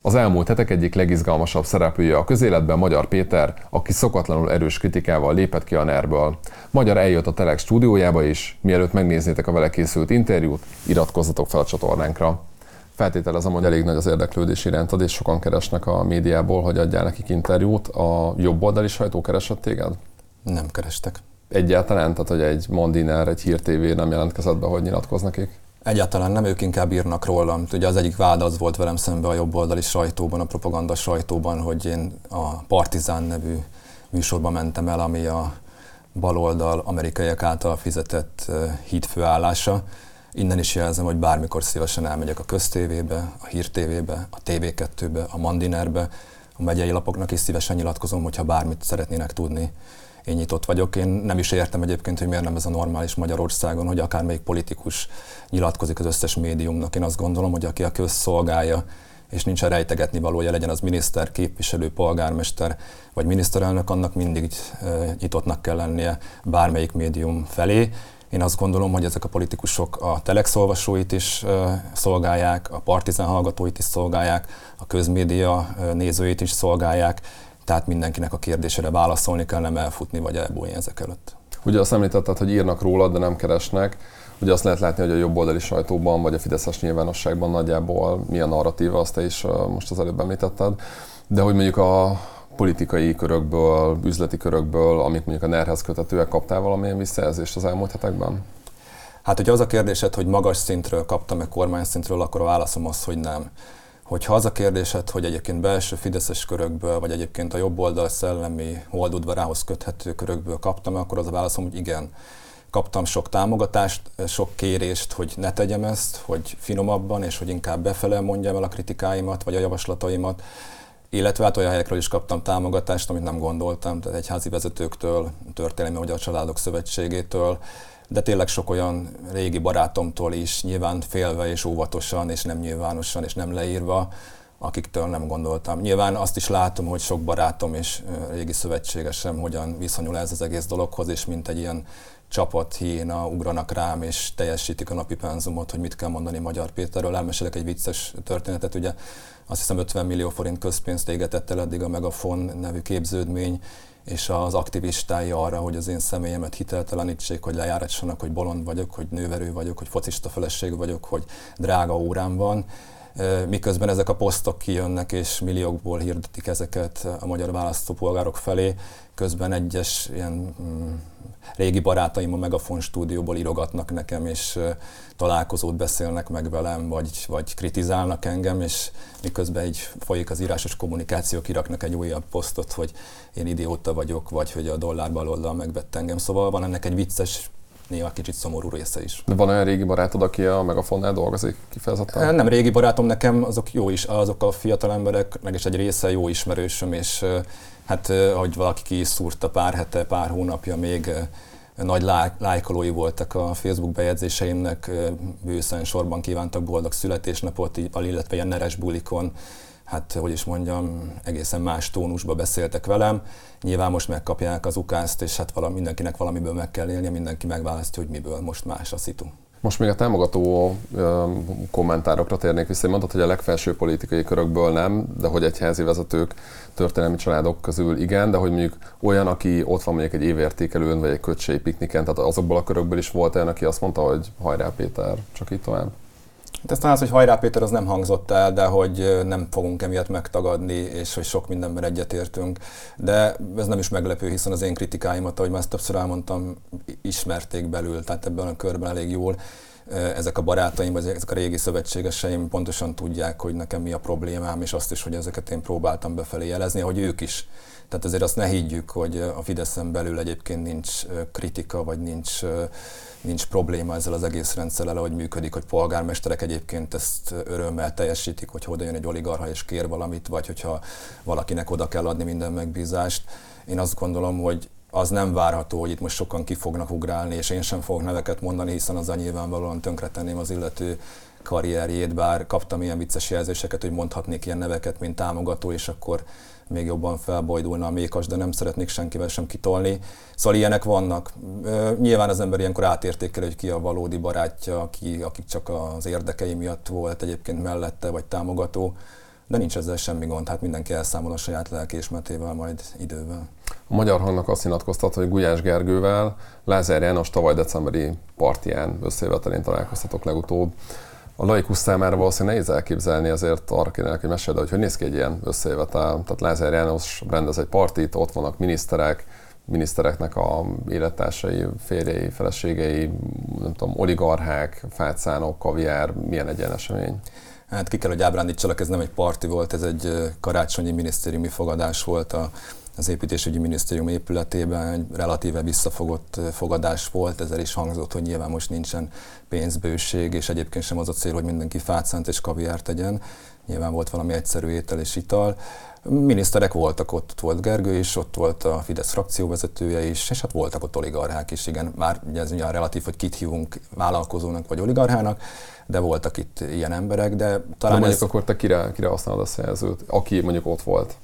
Az elmúlt hetek egyik legizgalmasabb szereplője a közéletben Magyar Péter, aki szokatlanul erős kritikával lépett ki a NER-ből. Magyar eljött a Telex stúdiójába is, mielőtt megnéznétek a vele készült interjút, iratkozzatok fel a csatornánkra. Feltételezem, hogy elég nagy az érdeklődés irántad, és sokan keresnek a médiából, hogy adjál nekik interjút. A jobboldali sajtó keresett téged? Nem kerestek. Egyáltalán? Tehát, hogy egy Mondiner, egy Hír TV nem jelentkezett be, hogy nyilatkoz nekik? Egyáltalán nem, ők inkább írnak rólam. Ugye az egyik vád az volt velem szemben a jobboldali sajtóban, a propaganda sajtóban, hogy én a Partizán nevű műsorba mentem el, ami a baloldal amerikaiak által fizetett hídfőállása. Innen is jelzem, hogy bármikor szívesen elmegyek a Köztévébe, a Hír TV-be, a TV2-be, a Mandinerbe, a megyei lapoknak is szívesen nyilatkozom, hogyha bármit szeretnének tudni. Én nyitott vagyok. Én nem is értem egyébként, hogy miért nem ez a normális Magyarországon, hogy akármelyik politikus nyilatkozik az összes médiumnak. Én azt gondolom, hogy aki a közszolgálja, és nincs a rejtegetni valója, legyen az miniszter, képviselő, polgármester vagy miniszterelnök, annak mindig nyitottnak kell lennie bármelyik médium felé. Én azt gondolom, hogy ezek a politikusok a Telex olvasóit is szolgálják, a Partizán hallgatóit is szolgálják, a közmédia nézőit is szolgálják, tehát mindenkinek a kérdésére válaszolni kell, nem elfutni vagy elbújni ezek előtt. Ugye azt említetted, hogy írnak rólad, de nem keresnek. Ugye azt lehet látni, hogy a jobboldali sajtóban vagy a fideszes nyilvánosságban nagyjából milyen narratíva, azt te is most az előbb említetted. De hogy mondjuk a politikai körökből, üzleti körökből, amik mondjuk a NER-hez kötetőek, kaptál valamilyen visszajelzést az elmúlt hetekben? Hát, hogyha az a kérdésed, hogy magas szintről kaptam-e kormányszintről, akkor a válaszom az, hogy nem. Hogyha az a kérdésed, hogy egyébként belső fideszes körökből, vagy egyébként a jobboldal szellemi holdudvarához köthető körökből kaptam, akkor az a válaszom, hogy igen. Kaptam sok támogatást, sok kérést, hogy ne tegyem ezt, hogy finomabban, és hogy inkább befele mondjam el a kritikáimat, vagy a javaslataimat. Illetve hát olyan helyekről is kaptam támogatást, amit nem gondoltam, tehát egyházi vezetőktől, történelmi Magyar Családok Szövetségétől, de tényleg sok olyan régi barátomtól is, nyilván félve és óvatosan, és nem nyilvánosan, és nem leírva, akiktől nem gondoltam. Nyilván azt is látom, hogy sok barátom és régi szövetségesem hogyan viszonyul ez az egész dologhoz, és mint egy ilyen csapat hiéna ugranak rám, és teljesítik a napi penzumot, hogy mit kell mondani Magyar Péterről. Elmesélek egy vicces történetet, ugye azt hiszem 50 millió forint közpénzt égetett el eddig a Megafon nevű képződmény, és az aktivistái arra, hogy az én személyemet hiteltelenítsék, hogy lejáratsanak, hogy bolond vagyok, hogy nőverő vagyok, hogy focista feleség vagyok, hogy drága órám van. Miközben ezek a posztok kijönnek, és milliókból hirdetik ezeket a magyar választópolgárok felé, közben egyes ilyen régi barátaim a Megafon stúdióból írogatnak nekem, és találkozót beszélnek meg velem, vagy kritizálnak engem, és miközben így folyik az írásos kommunikáció, kiraknak egy újabb posztot, hogy én idióta vagyok, vagy hogy a dollár baloldal megvett engem. Szóval van ennek egy vicces, néha kicsit szomorú része is. De van olyan régi barátod, aki a Megafonnál dolgozik kifejezetten? Nem régi barátom, nekem azok a fiatal emberek, meg is egy része jó ismerősöm, és hát ahogy valaki ki is szúrta pár hete, pár hónapja még nagy lájkolói voltak a Facebook bejegyzéseimnek, bőszen sorban kívántak boldog születésnapot, illetve ilyen neres bulikon, hát hogy is mondjam, egészen más tónusba beszéltek velem. Nyilván most megkapják az ukázt, és hát mindenkinek valamiből meg kell élnie, mindenki megválasztja, hogy miből most más a szitu. Most még a támogató kommentárokra térnék vissza. Mondtad, hogy a legfelső politikai körökből nem, de hogy egyházi vezetők, történelmi családok közül igen, de hogy mondjuk olyan, aki ott van mondjuk egy évértékelőn, vagy egy köcsei pikniken, tehát azokból a körökből is volt olyan, aki azt mondta, hogy hajrá Péter, csak így tovább. Hát aztán az, hogy hajrá Péter, az nem hangzott el, de hogy nem fogunk emiatt megtagadni, és hogy sok mindenben egyetértünk. De ez nem is meglepő, hiszen az én kritikáimat, ahogy már ezt többször elmondtam, ismerték belül, tehát ebben a körben elég jól. Ezek a barátaim, vagy ezek a régi szövetségeseim pontosan tudják, hogy nekem mi a problémám, és azt is, hogy ezeket én próbáltam befelé jelezni, hogy ők is. Tehát azért azt ne higgyük, hogy a Fideszen belül egyébként nincs kritika, vagy nincs probléma ezzel az egész rendszerrel, hogy működik, hogy polgármesterek egyébként ezt örömmel teljesítik, hogy oda jön egy oligarcha és kér valamit, vagy hogyha valakinek oda kell adni minden megbízást. Én azt gondolom, hogy az nem várható, hogy itt most sokan ki fognak ugrálni, és én sem fogok neveket mondani, hiszen azzal nyilvánvalóan tönkretenném az illető karrierjét, bár kaptam ilyen vicces jelzéseket, hogy mondhatnék ilyen neveket, mint támogató, és akkor még jobban felbojdulna a mékas, de nem szeretnék senkivel sem kitolni. Szóval ilyenek vannak. Nyilván az ember ilyenkor átértékel, hogy ki a valódi barátja, akik csak az érdekei miatt volt egyébként mellette, vagy támogató. de nincs ezzel semmi gond, hát mindenki elszámol a saját lelkiismeretével majd idővel. A Magyar Hangnak azt nyilatkoztat, hogy Gulyás Gergővel Lázár János tavaly decemberi partiján összejövetelén találkoztatok legutóbb. A laikus számára valószínűleg nehéz elképzelni, azért arra kéne, hogy mesélj, hogy néz ki egy ilyen összejövetel. Tehát Lázár János rendez egy partit, ott vannak minisztereknek a élettársai, férjei, feleségei, nem tudom, oligarchák, fátszánok, kaviár, milyen egy ilyen esemény? Hát ki kell, hogy ábrándítsalak, ez nem egy parti volt, ez egy karácsonyi minisztériumi fogadás volt az építésügyi minisztérium épületében, egy relatíve visszafogott fogadás volt, ezzel is hangzott, hogy nyilván most nincsen pénzbőség, és egyébként sem az a cél, hogy mindenki fátszánt és kaviárt tegyen. Nyilván volt valami egyszerű étel és ital. Miniszterek voltak ott volt Gergő is, ott volt a Fidesz frakcióvezetője is, és hát voltak ott oligarchák is, igen. Már ugye ez ugye relatív, hogy kit hívunk vállalkozónak vagy oligarchának, de voltak itt ilyen emberek, de talán mondjuk akkor te kire használod a szerzőt, aki mondjuk ott volt?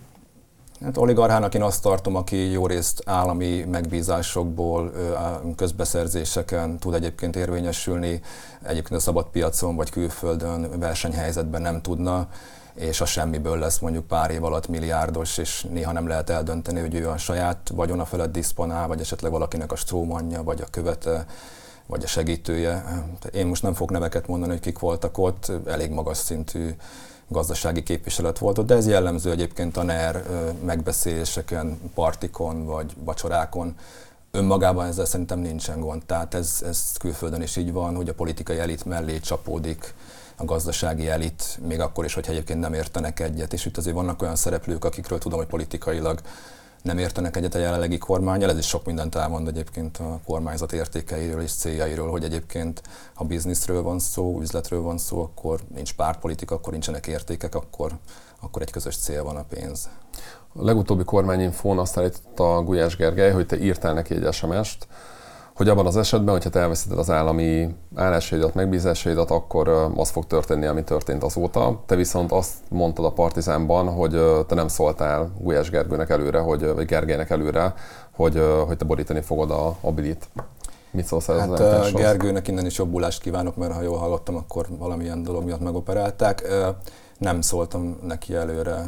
Hát oligarchának én azt tartom, aki jó részt állami megbízásokból, közbeszerzéseken tud egyébként érvényesülni, egyébként a szabad piacon vagy külföldön versenyhelyzetben nem tudna, és a semmiből lesz mondjuk pár év alatt milliárdos, és néha nem lehet eldönteni, hogy ő a saját vagyona felett diszponál, vagy esetleg valakinek a strómanja, vagy a követe, vagy a segítője. Én most nem fogok neveket mondani, hogy kik voltak ott, elég magas szintű gazdasági képviselet volt ott, de ez jellemző egyébként a NER megbeszéléseken, partikon vagy vacsorákon. Önmagában ezzel szerintem nincsen gond. Tehát ez külföldön is így van, hogy a politikai elit mellé csapódik a gazdasági elit, még akkor is, hogyha egyébként nem értenek egyet. És itt azért vannak olyan szereplők, akikről tudom, hogy politikailag nem értenek egyet a jelenlegi kormánnyal, ez is sok mindent elmond egyébként a kormányzat értékeiről és céljairól, hogy egyébként ha bizniszről van szó, üzletről van szó, akkor nincs pártpolitika, akkor nincsenek értékek, akkor egy közös cél van, a pénz. A legutóbbi kormányinfón azt állította Gulyás Gergely, hogy te írtál neki egy SMS-t, hogy abban az esetben, hogyha te elveszíted az állami állásaidat, megbízásaidat, akkor az fog történni, ami történt azóta. Te viszont azt mondtad a Partizánban, hogy te nem szóltál Gulyás Gergőnek előre, vagy Gergelynek előre, hogy te borítani fogod a bilit. Mit szólsz ez az állításhoz? Gergőnek innen is jobbulást kívánok, mert ha jól hallottam, akkor valamilyen dolog miatt megoperálták. Nem szóltam neki előre,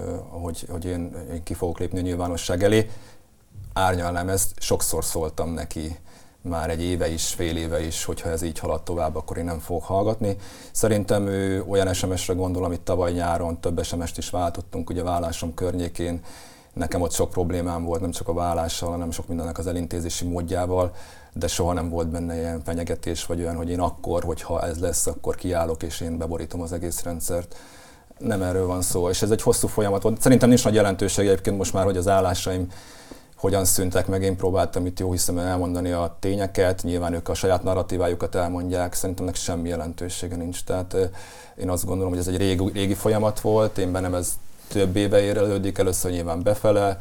hogy én ki fogok lépni a nyilvánosság elé. Árnyalnám ezt, sokszor szóltam neki, már egy éve is, fél éve is, hogyha ez így halad tovább, akkor én nem fogok hallgatni. Szerintem ő olyan SMS-re gondol, amit tavaly nyáron több SMS-t is váltottunk, ugye a vállásom környékén. Nekem ott sok problémám volt, nem csak a vállással, hanem sok mindennek az elintézési módjával, de soha nem volt benne ilyen fenyegetés, vagy olyan, hogy én akkor, hogyha ez lesz, akkor kiállok és én beborítom az egész rendszert. Nem erről van szó, és ez egy hosszú folyamat volt. Szerintem nincs nagy jelentőség egyébként most már, hogy az állásaim hogyan szűntek meg, én próbáltam itt jó hiszemben elmondani a tényeket, nyilván ők a saját narratívájukat elmondják, szerintem ennek semmi jelentősége nincs. Tehát én azt gondolom, hogy ez egy régi folyamat volt, én bennem ez több éve érlelődik, először nyilván befele,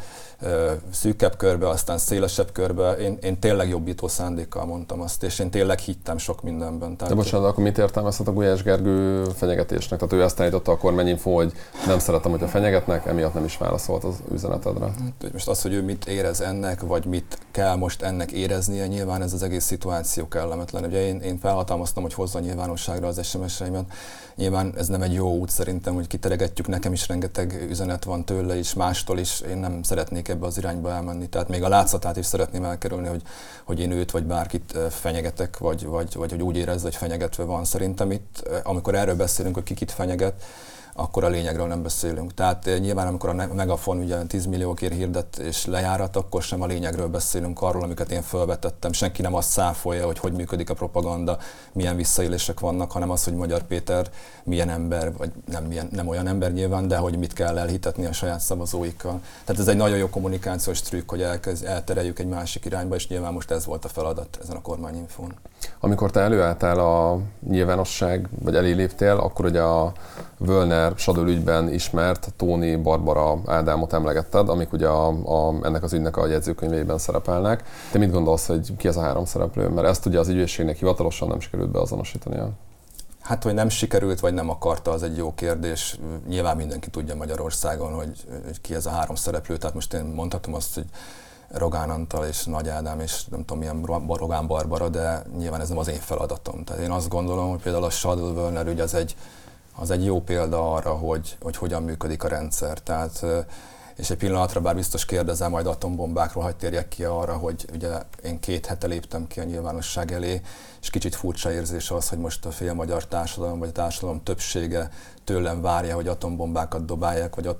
szűkebb körbe, aztán szélesebb körbe. Én tényleg jobbító szándékkal mondtam azt, és én tényleg hittem sok mindenben. De bocsánat, akkor mit értelmezhet a Gulyás Gergő fenyegetésnek? Tehát ő azt állította a kormányinfó, hogy nem szeretem, hogyha fenyegetnek, emiatt nem is válaszolt az üzenetedre. Hát, most az, hogy ő mit érez ennek, vagy mit kell most ennek éreznie, nyilván ez az egész szituáció kellemetlen. Ugye én felhatalmaztam, hogy hozza nyilvánosságra az SMS-eimet. Nyilván ez nem egy jó út szerintem, hogy kiteregetjük, nekem is rengeteg üzenet van tőle is, mástól is, én nem szeretnék ebbe az irányba elmenni. Tehát még a látszatát is szeretném elkerülni, hogy én őt vagy bárkit fenyegetek, vagy hogy úgy érezze, hogy fenyegetve van. Szerintem itt, amikor erről beszélünk, hogy ki kit fenyeget, akkor a lényegről nem beszélünk. Tehát nyilván, amikor a Megafon ugye 10 milliókért hirdet és lejárat, akkor sem a lényegről beszélünk, arról, amiket én felvetettem. Senki nem azt száfolja, hogy működik a propaganda, milyen visszaélések vannak, hanem az, hogy Magyar Péter milyen ember, vagy nem olyan ember nyilván, de hogy mit kell elhitetni a saját szavazóikkal. Tehát ez egy nagyon jó kommunikációs trükk, hogy eltereljük egy másik irányba, és nyilván most ez volt a feladat ezen a kormányinfón. Amikor te előálltál a nyilvánosság, vagy elé léptél, akkor ugye a Völner Sadől ügyben ismert Tóni Barbara Ádámot emlegetted, amik ugye ennek az ügynek a jegyzőkönyvében szerepelnek. Te mit gondolsz, hogy ki ez a három szereplő? Mert ezt ugye az ügyészségnek hivatalosan nem sikerült beazonosítania. Hát, hogy nem sikerült, vagy nem akarta, az egy jó kérdés. Nyilván mindenki tudja Magyarországon, hogy ki ez a három szereplő. Tehát most én mondhatom azt, hogy Rogán Antal és Nagy Ádám és nem tudom milyen Rogán Barbara, de nyilván ez nem az én feladatom. Tehát én azt gondolom, hogy például a Sadl Völner ügy az egy az egy jó példa arra, hogy hogyan működik a rendszer. Tehát, és egy pillanatra, bár biztos kérdezel majd atombombákról, hadd térjek ki arra, hogy ugye én 2 hete léptem ki a nyilvánosság elé, és kicsit furcsa érzés az, hogy most a fél magyar társadalom, vagy a társadalom többsége tőlem várja, hogy atombombákat dobálják, vagy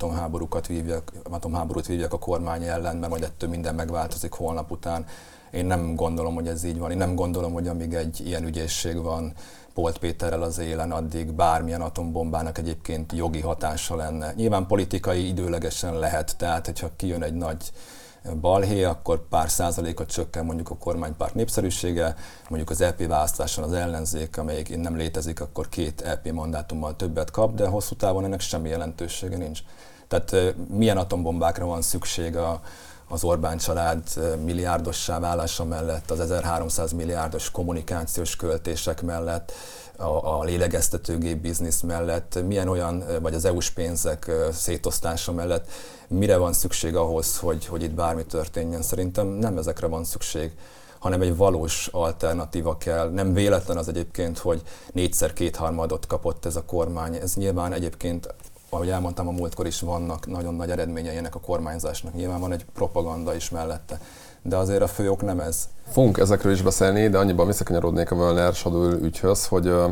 atomháborút vívják a kormány ellen, mert majd ettől minden megváltozik holnap után. Én nem gondolom, hogy ez így van. Én nem gondolom, hogy amíg egy ilyen ügyészség van Polt Péterrel az élen, addig bármilyen atombombának egyébként jogi hatása lenne. Nyilván politikai időlegesen lehet, tehát hogyha kijön egy nagy balhé, akkor pár százalékot csökken mondjuk a kormánypárt népszerűsége, mondjuk az EP választáson az ellenzék, amelyik nem létezik, akkor 2 EP mandátummal többet kap, de hosszú távon ennek semmi jelentősége nincs. Tehát milyen atombombákra van szükség az Orbán család milliárdossá válása mellett, az 1300 milliárdos kommunikációs költések mellett, a lélegeztetőgép biznisz mellett, milyen olyan, vagy az EU-s pénzek szétosztása mellett, mire van szükség ahhoz, hogy itt bármi történjen. Szerintem nem ezekre van szükség, hanem egy valós alternatíva kell. Nem véletlen az egyébként, hogy 4-szer 2/3 kapott ez a kormány. Ez nyilván egyébként, ahogy elmondtam, a múltkor is vannak nagyon nagy eredményei ennek a kormányzásnak. Nyilván van egy propaganda is mellette. De azért a fő ok nem ez. Fogunk ezekről is beszélni, de annyiban visszakanyarodnék a Völner Sadül ügyhöz,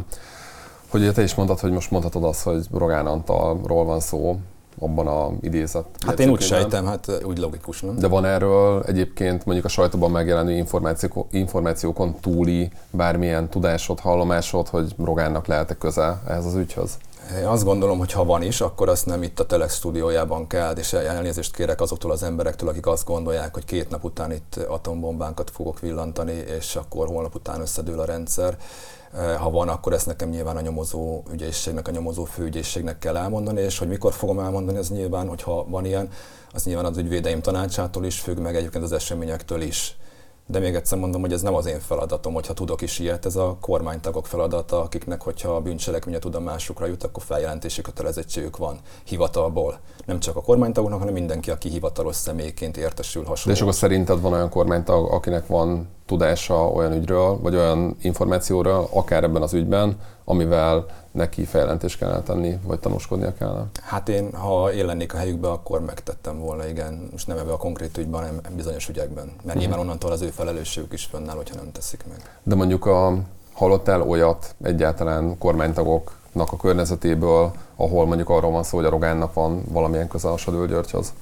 hogy te is mondtad, hogy most mondhatod azt, hogy Rogán Antalról van szó abban a idézet. Hát én úgy sejtem, hát úgy logikus, nem? De van erről egyébként mondjuk a sajtóban megjelenő információkon túli bármilyen tudásod, hallomásod, hogy Rogánnak lehet-e köze ehhez az ügyhöz? Én azt gondolom, hogy ha van is, akkor azt nem itt a Telex stúdiójában kell, és elnézést kérek azoktól az emberektől, akik azt gondolják, hogy 2 nap után itt atombombánkat fogok villantani, és akkor holnap után összedől a rendszer. Ha van, akkor ezt nekem nyilván a nyomozó ügyészségnek, a nyomozó főügyészségnek kell elmondani, és hogy mikor fogom elmondani, az nyilván, hogyha van ilyen, az nyilván az ügyvédeim tanácsától is függ, meg egyébként az eseményektől is. De még egyszer mondom, hogy ez nem az én feladatom, hogyha tudok is ilyet, ez a kormánytagok feladata, akiknek, hogyha a bűncselekménye tudomásukra jut, akkor feljelentési kötelezettségük van hivatalból. Nem csak a kormánytagoknak, hanem mindenki, aki hivatalos személyként értesül hasonló. De és akkor szerinted van olyan kormánytag, akinek van tudása olyan ügyről, vagy olyan információról, akár ebben az ügyben, amivel neki feljelentést kellene tenni, vagy tanúskodnia kellene? Hát én, ha én lennék a helyükben, akkor megtettem volna, igen. Most nem ebben a konkrét ügyben, hanem bizonyos ügyekben. Mert nyilván onnantól az ő felelősségük is fönnáll, hogyha nem teszik meg. De mondjuk hallottál olyat egyáltalán kormánytagoknak a környezetéből, ahol mondjuk arról van szó, hogy a Rogánnak van valamilyen köze a Sadül Györgyhöz?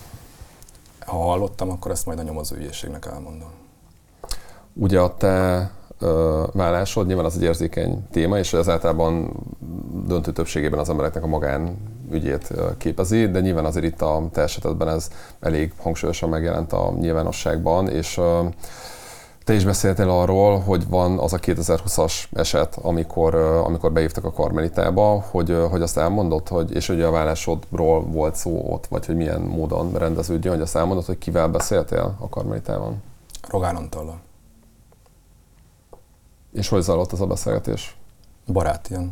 Ha hallottam, akkor ezt majd a nyomozóügyészségnek elmondom. Ugye a te vállásod nyilván az egy érzékeny téma, és ez általában döntő többségében az embereknek a magánügyét képezi, de nyilván azért itt a te esetedben ez elég hangsúlyosan megjelent a nyilvánosságban, és te is beszéltél arról, hogy van az a 2020-as eset, amikor beívtak a Karmelitába, hogy azt elmondod, és hogy a vállásodról volt szó ott, vagy hogy milyen módon rendeződjön, hogy azt elmondod, hogy kivel beszéltél a Karmelitában? Rogán Antallal. És hogy zajlott ez a beszélgetés? Barátian.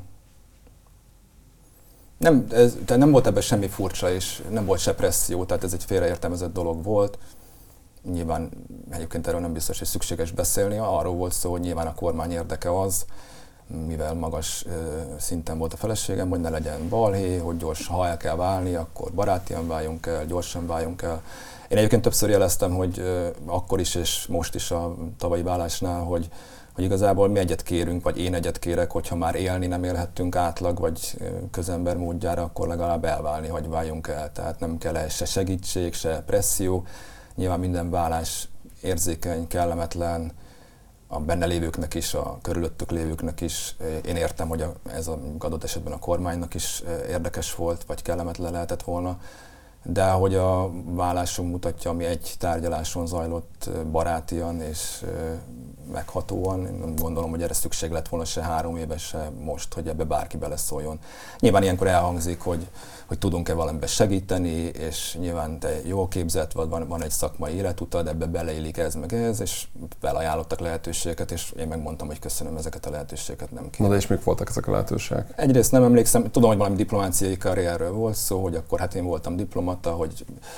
Nem volt ebben semmi furcsa, és nem volt se presszió, tehát ez egy félreértelmezett dolog volt. Nyilván egyébként erről nem biztos, hogy szükséges beszélni. Arról volt szó, hogy nyilván a kormány érdeke az, mivel magas szinten volt a feleségem, hogy ne legyen balhé, hogy gyorsan, ha el kell válni, akkor barátian váljunk el, gyorsan váljunk el. Én egyébként többször jeleztem, hogy akkor is és most is a tavalyi válásnál, hogy igazából mi egyet kérünk, vagy én egyet kérek, hogyha már élni nem élhettünk átlag, vagy közember módjára, akkor legalább elválni, hogy váljunk el. Tehát nem kell se segítség, se presszió. Nyilván minden válás érzékeny, kellemetlen, a benne lévőknek is, a körülöttük lévőknek is. Én értem, hogy ez adott esetben a kormánynak is érdekes volt, vagy kellemetlen lehetett volna. De ahogy a vállásunk mutatja, ami egy tárgyaláson zajlott barátian és meghatóan, én nem gondolom, hogy erre szükség lett volna se 3 éve, se most, hogy ebbe bárki beleszóljon. Nyilván ilyenkor elhangzik, hogy tudunk-e valamiben segíteni, és nyilván te jól képzett vagy, van egy szakmai életutad, ebbe beleillik ez meg ez, és felajánlottak lehetőségeket, és én megmondtam, hogy köszönöm, ezeket a lehetőségeket nem kell. Na de és mik voltak ezek a lehetőségek? Egyrészt nem emlékszem, tudom, hogy valami diplomáciai karrierről volt szó, hogy akkor hát én voltam diplomata, hogy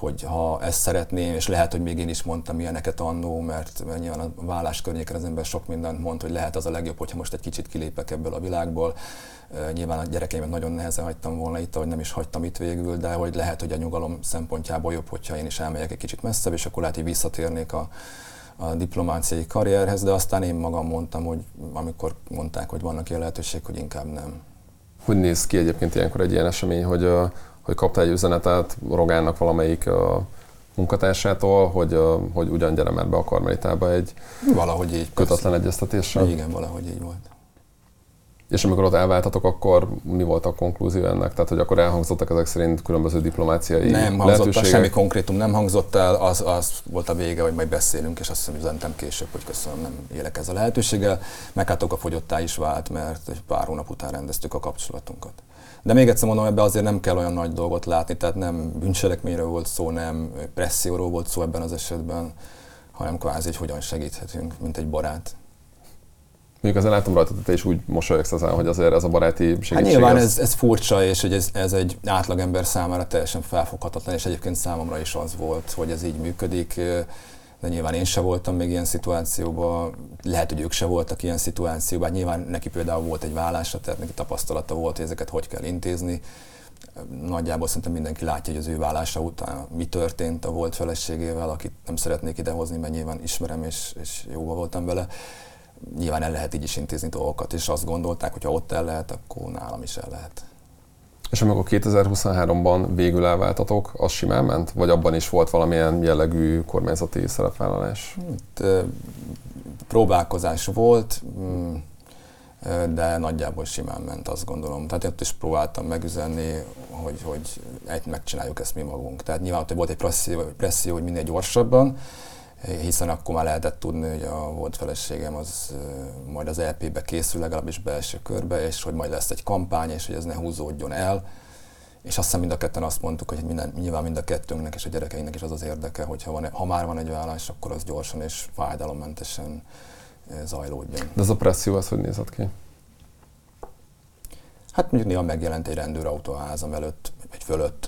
hogy ha ezt szeretném, és lehet, hogy még én is mondtam ilyeneket annó, mert nyilván a vállás környéken az ember sok mindent mond, hogy lehet az a legjobb, hogyha most egy kicsit kilépek ebből a világból. Nyilván a gyerekeimet nagyon nehezen hagytam volna itt, ahogy nem is hagytam itt végül, de hogy lehet, hogy a nyugalom szempontjából jobb, hogyha én is elmegyek egy kicsit messzebb, és akkor lehet, hogy visszatérnék a diplomáciai karrierhez, de aztán én magam mondtam, hogy amikor mondták, hogy vannak ilyen lehetőség, hogy inkább nem. Hogy néz ki egyébként ilyenkor egy ilyen esemény, hogy kaptál egy üzenetet Rogánnak valamelyik munkatársától, hogy ugyan gyere már be a Karmelitába egy valahogy így, kötetlen egyeztetésre? Igen, valahogy így volt. És amikor ott elváltatok, akkor mi volt a konklúzió ennek? Tehát, hogy akkor elhangzottak ezek szerint különböző diplomáciai nem lehetőségek? hangzott, semmi konkrétum nem hangzott el, az volt a vége, hogy majd beszélünk, és azt hiszem üzentem később, hogy köszönöm, nem élek ezzel a lehetőséggel. Meg hát a fogyottá is vált, mert egy pár hónap után rendeztük a kapcsolatunkat. De még egyszer mondom, ebben azért nem kell olyan nagy dolgot látni, tehát nem bűncselekményről volt szó, nem presszióról volt szó ebben az esetben, hanem kvázi, hogy hogyan segíthetünk, mint egy barát. Mondjuk azért látom rajta, hogy te is úgy mosolyogsz ezen, hogy azért ez a baráti segítség. Hát nyilván ez furcsa, és hogy ez egy átlagember számára teljesen felfoghatatlan, és egyébként számomra is az volt, hogy ez így működik, de nyilván én se voltam még ilyen szituációban, lehet, hogy ők se voltak ilyen szituációban, nyilván neki például volt egy vállása, tehát neki tapasztalata volt, hogy ezeket hogy kell intézni. Nagyjából szerintem mindenki látja, hogy az ő vállása után mi történt a volt feleségével, akit nem szeretnék idehozni, mert nyilván ismerem, és jóba voltam vele. Nyilván el lehet így is intézni dolgokat, és azt gondolták, hogy ha ott el lehet, akkor nálam is el lehet. És amikor 2023-ban végül elváltatok, az simán ment? Vagy abban is volt valamilyen jellegű kormányzati szerepvállalás? Próbálkozás volt, de nagyjából simán ment, azt gondolom. Tehát ott is próbáltam megüzenni, hogy megcsináljuk ezt mi magunk. Tehát nyilván ott volt egy presszió, hogy minél gyorsabban, hiszen akkor már lehetett tudni, hogy a volt feleségem az majd az EP-be készül, legalábbis belső körbe, és hogy majd lesz egy kampány, és hogy ez ne húzódjon el. És azt hiszem mind a ketten azt mondtuk, hogy nyilván mind a kettőnknek és a gyerekeinknek is az az érdeke, hogy ha már van egy vállás, akkor az gyorsan és fájdalommentesen zajlódjon. De ez a presszió, az hogy nézett ki? Hát mondjuk néha megjelent egy rendőrautó a házam előtt, vagy fölött,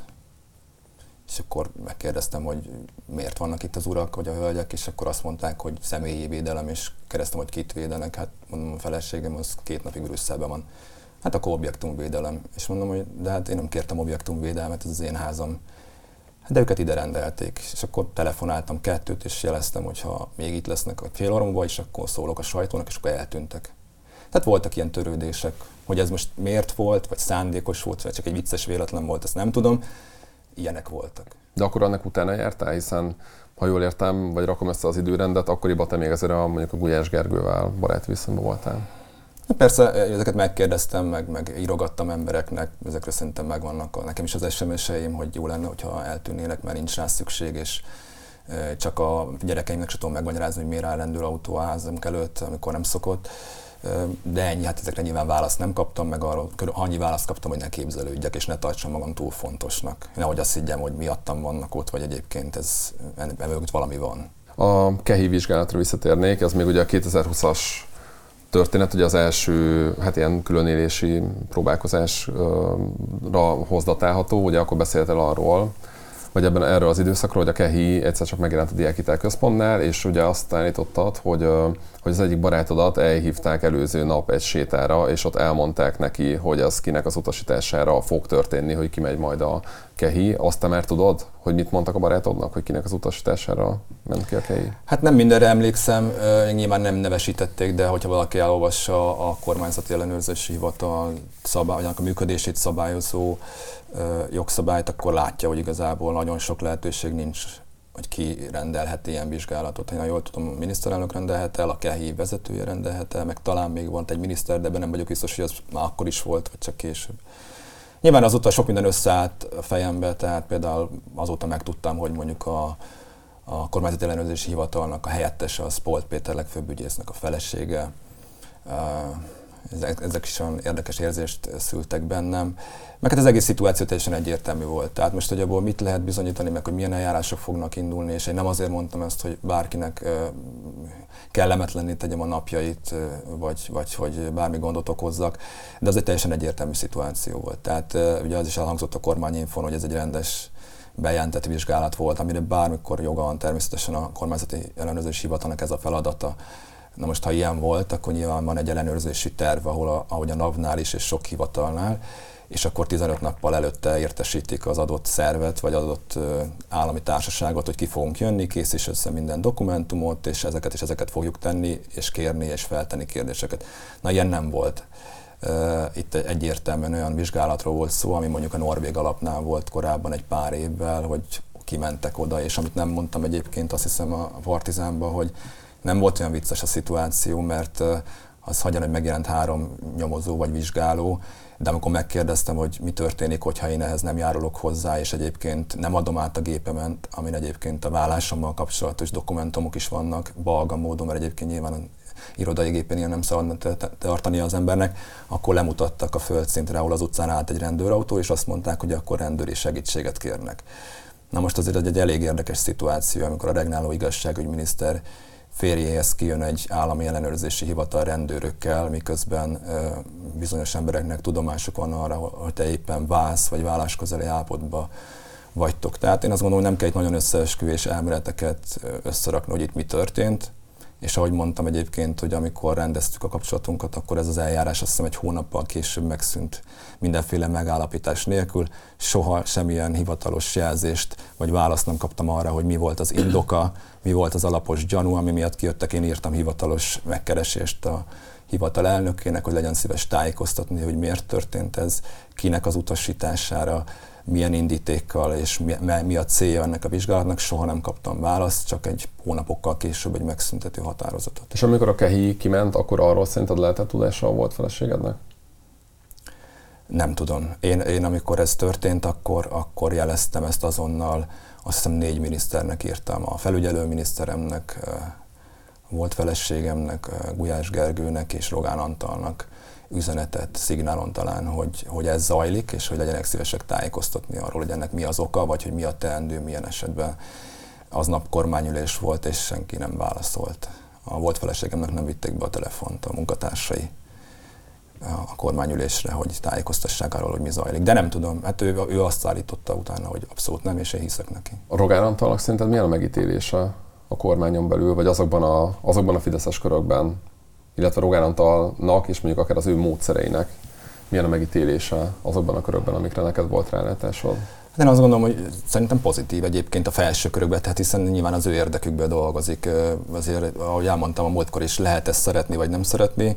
és akkor megkérdeztem, hogy miért vannak itt az urak, vagy a hölgyek, és akkor azt mondták, hogy személyi védelem, és kérdeztem, hogy kit védenek, hát mondom, a feleségem az 2 napig Brüsszelben van. Hát akkor objektumvédelem. És mondom, hogy de hát én nem kértem objektumvédelmet, ez az én házam. Hát de őket ide rendelték, és akkor telefonáltam 2, és jeleztem, hogy ha még itt lesznek a fél órámban, és akkor szólok a sajtónak, és akkor eltűntek. Tehát voltak ilyen törődések, hogy ez most miért volt, vagy szándékos volt, vagy csak egy vicces véletlen volt, ezt nem tudom. Ilyenek voltak. De akkor annak utána jártál, hiszen ha jól értem, vagy rakom össze az időrendet, akkoriban te még azért mondjuk a Gulyás Gergővel baráti viszonyban voltál. Persze ezeket megkérdeztem, meg írogattam embereknek, ezekre szerintem megvannak nekem is az SMS-eim, hogy jó lenne, hogyha eltűnnének, mert nincs rá szükség, és csak a gyerekeimnek sem tudom megmagyarázni, hogy miért áll rendőrautó a házunk előtt, amikor nem szokott. De ennyi, hát ezekre nyilván választ nem kaptam, meg arról annyi választ kaptam, hogy ne képzelődjek, és ne tartsam magam túl fontosnak. Nehogy azt higgyem, hogy miattam vannak ott, vagy egyébként emögött valami van. A KEHI vizsgálatra visszatérnék, ez még ugye a 2020-as történet, ugye az első ilyen különélési próbálkozásra hozdatálható, ugye akkor beszéltél arról, vagy erről az időszakról, hogy a KEHI egyszer csak megjelent a Diákhitel Központnál, és ugye azt állítottad, hogy az egyik barátodat elhívták előző nap egy sétára, és ott elmondták neki, hogy az kinek az utasítására fog történni, hogy kimegy majd a KEHI. Azt te már tudod, hogy mit mondtak a barátodnak, hogy kinek az utasítására ment ki a KEHI? Hát nem mindenre emlékszem, nyilván nem nevesítették, de hogyha valaki elolvassa a kormányzati ellenőrzési hivatal a működését szabályozó jogszabályt, akkor látja, hogy igazából nagyon sok lehetőség nincs, hogy ki rendelhet ilyen vizsgálatot. Ha jól tudom, a miniszterelnök rendelhet el, a KEHI vezetője rendelhet el, meg talán még volt egy miniszter, de ebben nem vagyok biztos, hogy az már akkor is volt, vagy csak később. Nyilván azóta sok minden összeállt a fejembe, tehát például azóta megtudtam, hogy mondjuk a kormányzati ellenőrzési hivatalnak a helyettese az Polt Péter legfőbb ügyésznek a felesége. Ezek is olyan érdekes érzést szültek bennem. Meg hát az egész szituáció teljesen egyértelmű volt. Tehát most, hogy abból mit lehet bizonyítani, meg hogy milyen eljárások fognak indulni, és én nem azért mondtam ezt, hogy bárkinek kellemetlenné tegyem a napjait, vagy hogy bármi gondot okozzak, de az egy teljesen egyértelmű szituáció volt. Tehát ugye az is elhangzott a kormányinfon, hogy ez egy rendes bejelentett vizsgálat volt, amire bármikor joga van természetesen a kormányzati ellenőrzési hivatalnak ez a feladata. Na most, ha ilyen volt, akkor nyilván van egy ellenőrzési terv, ahogy a NAV-nál is és sok hivatalnál, és akkor 15 nappal előtte értesítik az adott szervet, vagy adott állami társaságot, hogy ki fogunk jönni, készíts össze minden dokumentumot, és ezeket fogjuk tenni, és kérni, és feltenni kérdéseket. Na, ilyen nem volt. Itt egyértelműen olyan vizsgálatról volt szó, ami mondjuk a norvég alapnál volt korábban egy pár évvel, hogy kimentek oda, és amit nem mondtam egyébként, azt hiszem a Partizánban, hogy nem volt olyan vicces a szituáció, mert az hagyjan, hogy megjelent 3 nyomozó vagy vizsgáló, de amikor megkérdeztem, hogy mi történik, hogyha én ehhez nem járulok hozzá, és egyébként nem adom át a gépemet, amin egyébként a vállásommal kapcsolatos dokumentumok is vannak, balga módon, mert egyébként nyilván a irodai gépen ilyen nem szabadna tartani az embernek, akkor lemutattak a földszintre, ahol az utcán állt egy rendőrautó, és azt mondták, hogy akkor rendőri segítséget kérnek. Na most azért egy elég érdekes szituáció, amikor a regnáló igazságügyminiszter férjéhez kijön egy állami ellenőrzési hivatal rendőrökkel, miközben bizonyos embereknek tudomásuk van arra, hogy te éppen válsz, vagy válásközeli állapotban vagytok. Tehát én azt gondolom, hogy nem kell itt nagyon összeesküvés elméleteket összerakni, hogy itt mi történt. És ahogy mondtam egyébként, hogy amikor rendeztük a kapcsolatunkat, akkor ez az eljárás azt hiszem egy hónappal később megszűnt mindenféle megállapítás nélkül. Soha semmilyen hivatalos jelzést vagy választ nem kaptam arra, hogy mi volt az indoka, mi volt az alapos gyanú, ami miatt kijöttek. Én írtam hivatalos megkeresést a hivatal elnökének, hogy legyen szíves tájékoztatni, hogy miért történt ez, kinek az utasítására, milyen indítékkal és mi a célja ennek a vizsgálatnak, soha nem kaptam választ, csak egy hónapokkal később egy megszüntető határozatot. És amikor a KEHI kiment, akkor arról szerinted lehetett tudással volt feleségednek? Nem tudom. Én amikor ez történt, akkor jeleztem ezt azonnal, azt hiszem 4 miniszternek írtam, a felügyelőminiszteremnek, volt feleségemnek, Gulyás Gergőnek és Rogán Antalnak üzenetet, szignálon talán, hogy ez zajlik, és hogy legyenek szívesek tájékoztatni arról, hogy ennek mi az oka, vagy hogy mi a teendő, milyen esetben. Aznap kormányülés volt, és senki nem válaszolt. A volt feleségemnek nem vitték be a telefont a munkatársai a kormányülésre, hogy tájékoztassák arról, hogy mi zajlik. De nem tudom, hát ő azt állította utána, hogy abszolút nem, és én hiszek neki. A Rogán Antalnak szerinted milyen a megítélése a kormányon belül, vagy azokban a fideszes körökben, illetve Rogán Antalnak és mondjuk akár az ő módszereinek milyen a megítélése azokban a körökben, amikre neked volt rálátásod? Hát én azt gondolom, hogy szerintem pozitív egyébként a felső körökben, tehát hiszen nyilván az ő érdekükből dolgozik. Azért, ahogy elmondtam, a múltkor is lehet ezt szeretni vagy nem szeretni.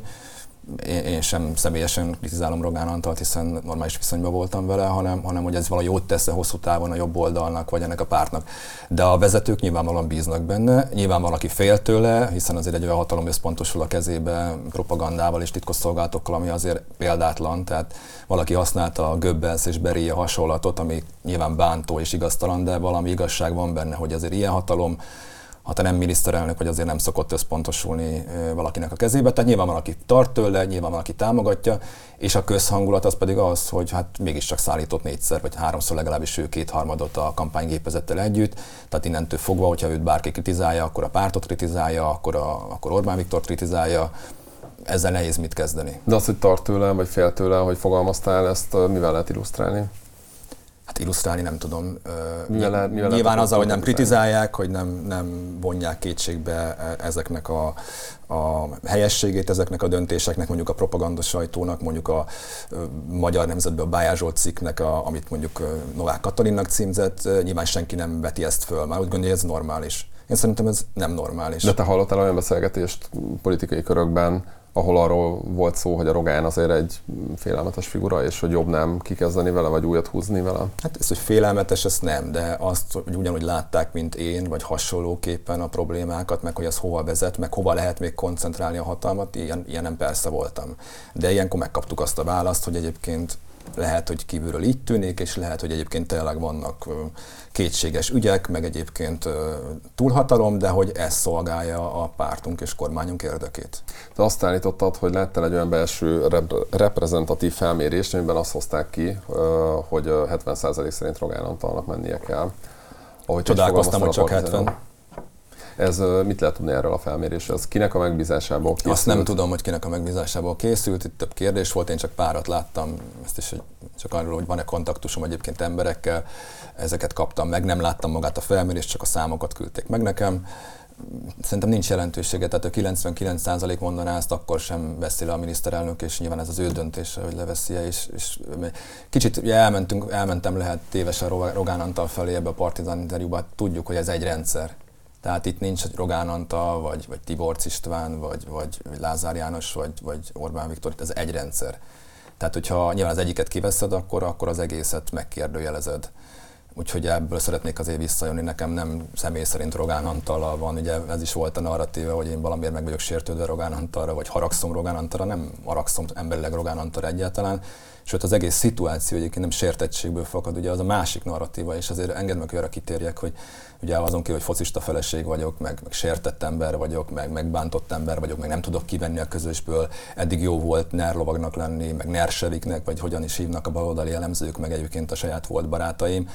Én sem személyesen kritizálom Rogán Antalt, hiszen normális viszonyban voltam vele, hanem hogy ez valahogy jót tesz hosszú távon a jobb oldalnak, vagy ennek a pártnak. De a vezetők nyilvánvalóan bíznak benne, nyilván valaki fél tőle, hiszen azért egy olyan hatalom összpontosul a kezébe propagandával és titkosszolgálatokkal, ami azért példátlan. Tehát valaki használta a Goebbels és Beria hasonlatot, ami nyilván bántó és igaztalan, de valami igazság van benne, hogy azért ilyen hatalom, ha te nem miniszterelnök vagy, azért nem szokott összpontosulni valakinek a kezébe. Tehát nyilván valaki tart tőle, nyilván valaki támogatja, és a közhangulat az pedig az, hogy hát mégiscsak szállított 4-szer vagy 3-szor legalábbis ő 2/3 a kampánygépezettel együtt. Tehát innentől fogva, hogyha őt bárki kritizálja, akkor a pártot kritizálja, akkor Orbán Viktort kritizálja. Ezzel nehéz mit kezdeni. De az, hogy tart tőle, vagy fél tőle, hogy fogalmaztál, ezt mivel lehet illusztrálni? Hát illusztrálni nem tudom. Mivel nyilván azzal, hogy nem kritizálják, hogy nem vonják kétségbe ezeknek a helyességét, ezeknek a döntéseknek, mondjuk a propaganda sajtónak, mondjuk a Magyar Nemzetben a Bájár Zsolt cikknek, amit mondjuk Novák Katalinnak címzett, nyilván senki nem veti ezt föl, már úgy gondolja, ez normális. Én szerintem ez nem normális. De te hallottál olyan beszélgetést politikai körökben, ahol arról volt szó, hogy a Rogán azért egy félelmetes figura, és hogy jobb nem kikezdeni vele, vagy újat húzni vele? Hát ez, hogy félelmetes, ez nem, de azt, hogy ugyanúgy látták, mint én, vagy hasonlóképpen a problémákat, meg hogy ez hova vezet, meg hova lehet még koncentrálni a hatalmat, ilyenem persze voltam. De ilyenkor megkaptuk azt a választ, hogy egyébként lehet, hogy kívülről így tűnik, és lehet, hogy egyébként tényleg vannak kétséges ügyek, meg egyébként túlhatalom, de hogy ez szolgálja a pártunk és kormányunk érdekét. Te azt állítottad, hogy láttál egy olyan belső reprezentatív felmérést, amiben azt hozták ki, hogy 70% szerint Rogán Antalnak mennie kell. Csodálkoztam, hogy csak 70. Ez mit lehet tudni erről a felmérésről? Ez kinek a megbízásából készült? Azt nem tudom, hogy kinek a megbízásából készült, itt több kérdés volt, én csak párat láttam, ezt is csak arról, hogy van-e kontaktusom egyébként emberekkel, ezeket kaptam meg, nem láttam magát a felmérést, csak a számokat küldték meg nekem. Szerintem nincs jelentősége, tehát a 99% mondaná ezt, akkor sem veszi le a miniszterelnök, és nyilván ez az ő döntése, hogy leveszi-e, és kicsit ugye elmentem lehet tévesen Rogán Antal felé ebbe a Partizán interjúba, tudjuk, hogy ez egy rendszer. Tehát itt nincs Rogán Antal, vagy Tiborcs István, vagy Lázár János, vagy Orbán Viktor, ez egy rendszer. Tehát, hogyha nyilván az egyiket kiveszed, akkor az egészet megkérdőjelezed. Úgyhogy ebből szeretnék azért visszajönni, nekem nem személy szerint Rogán Antallal van, ugye ez is volt a narratíva, hogy én valamiért meg vagyok sértődve Rogán Antalra, vagy haragszom Rogán Antalra, nem haragszom emberileg Rogán Antalra egyáltalán, sőt az egész szituáció egyébként nem sértettségből fakad, ugye az a másik narratíva, és azért engedd meg, hogy arra kitérjek, hogy ugye azon kívül, hogy focista feleség vagyok, meg sértett ember vagyok, meg megbántott ember vagyok, meg nem tudok kivenni a közösből, eddig jó volt NER lovagnak lenni, meg NER seviknek, vagy hogyan is hívnak a baloldali elemzők, meg egyébként a saját volt barátaim.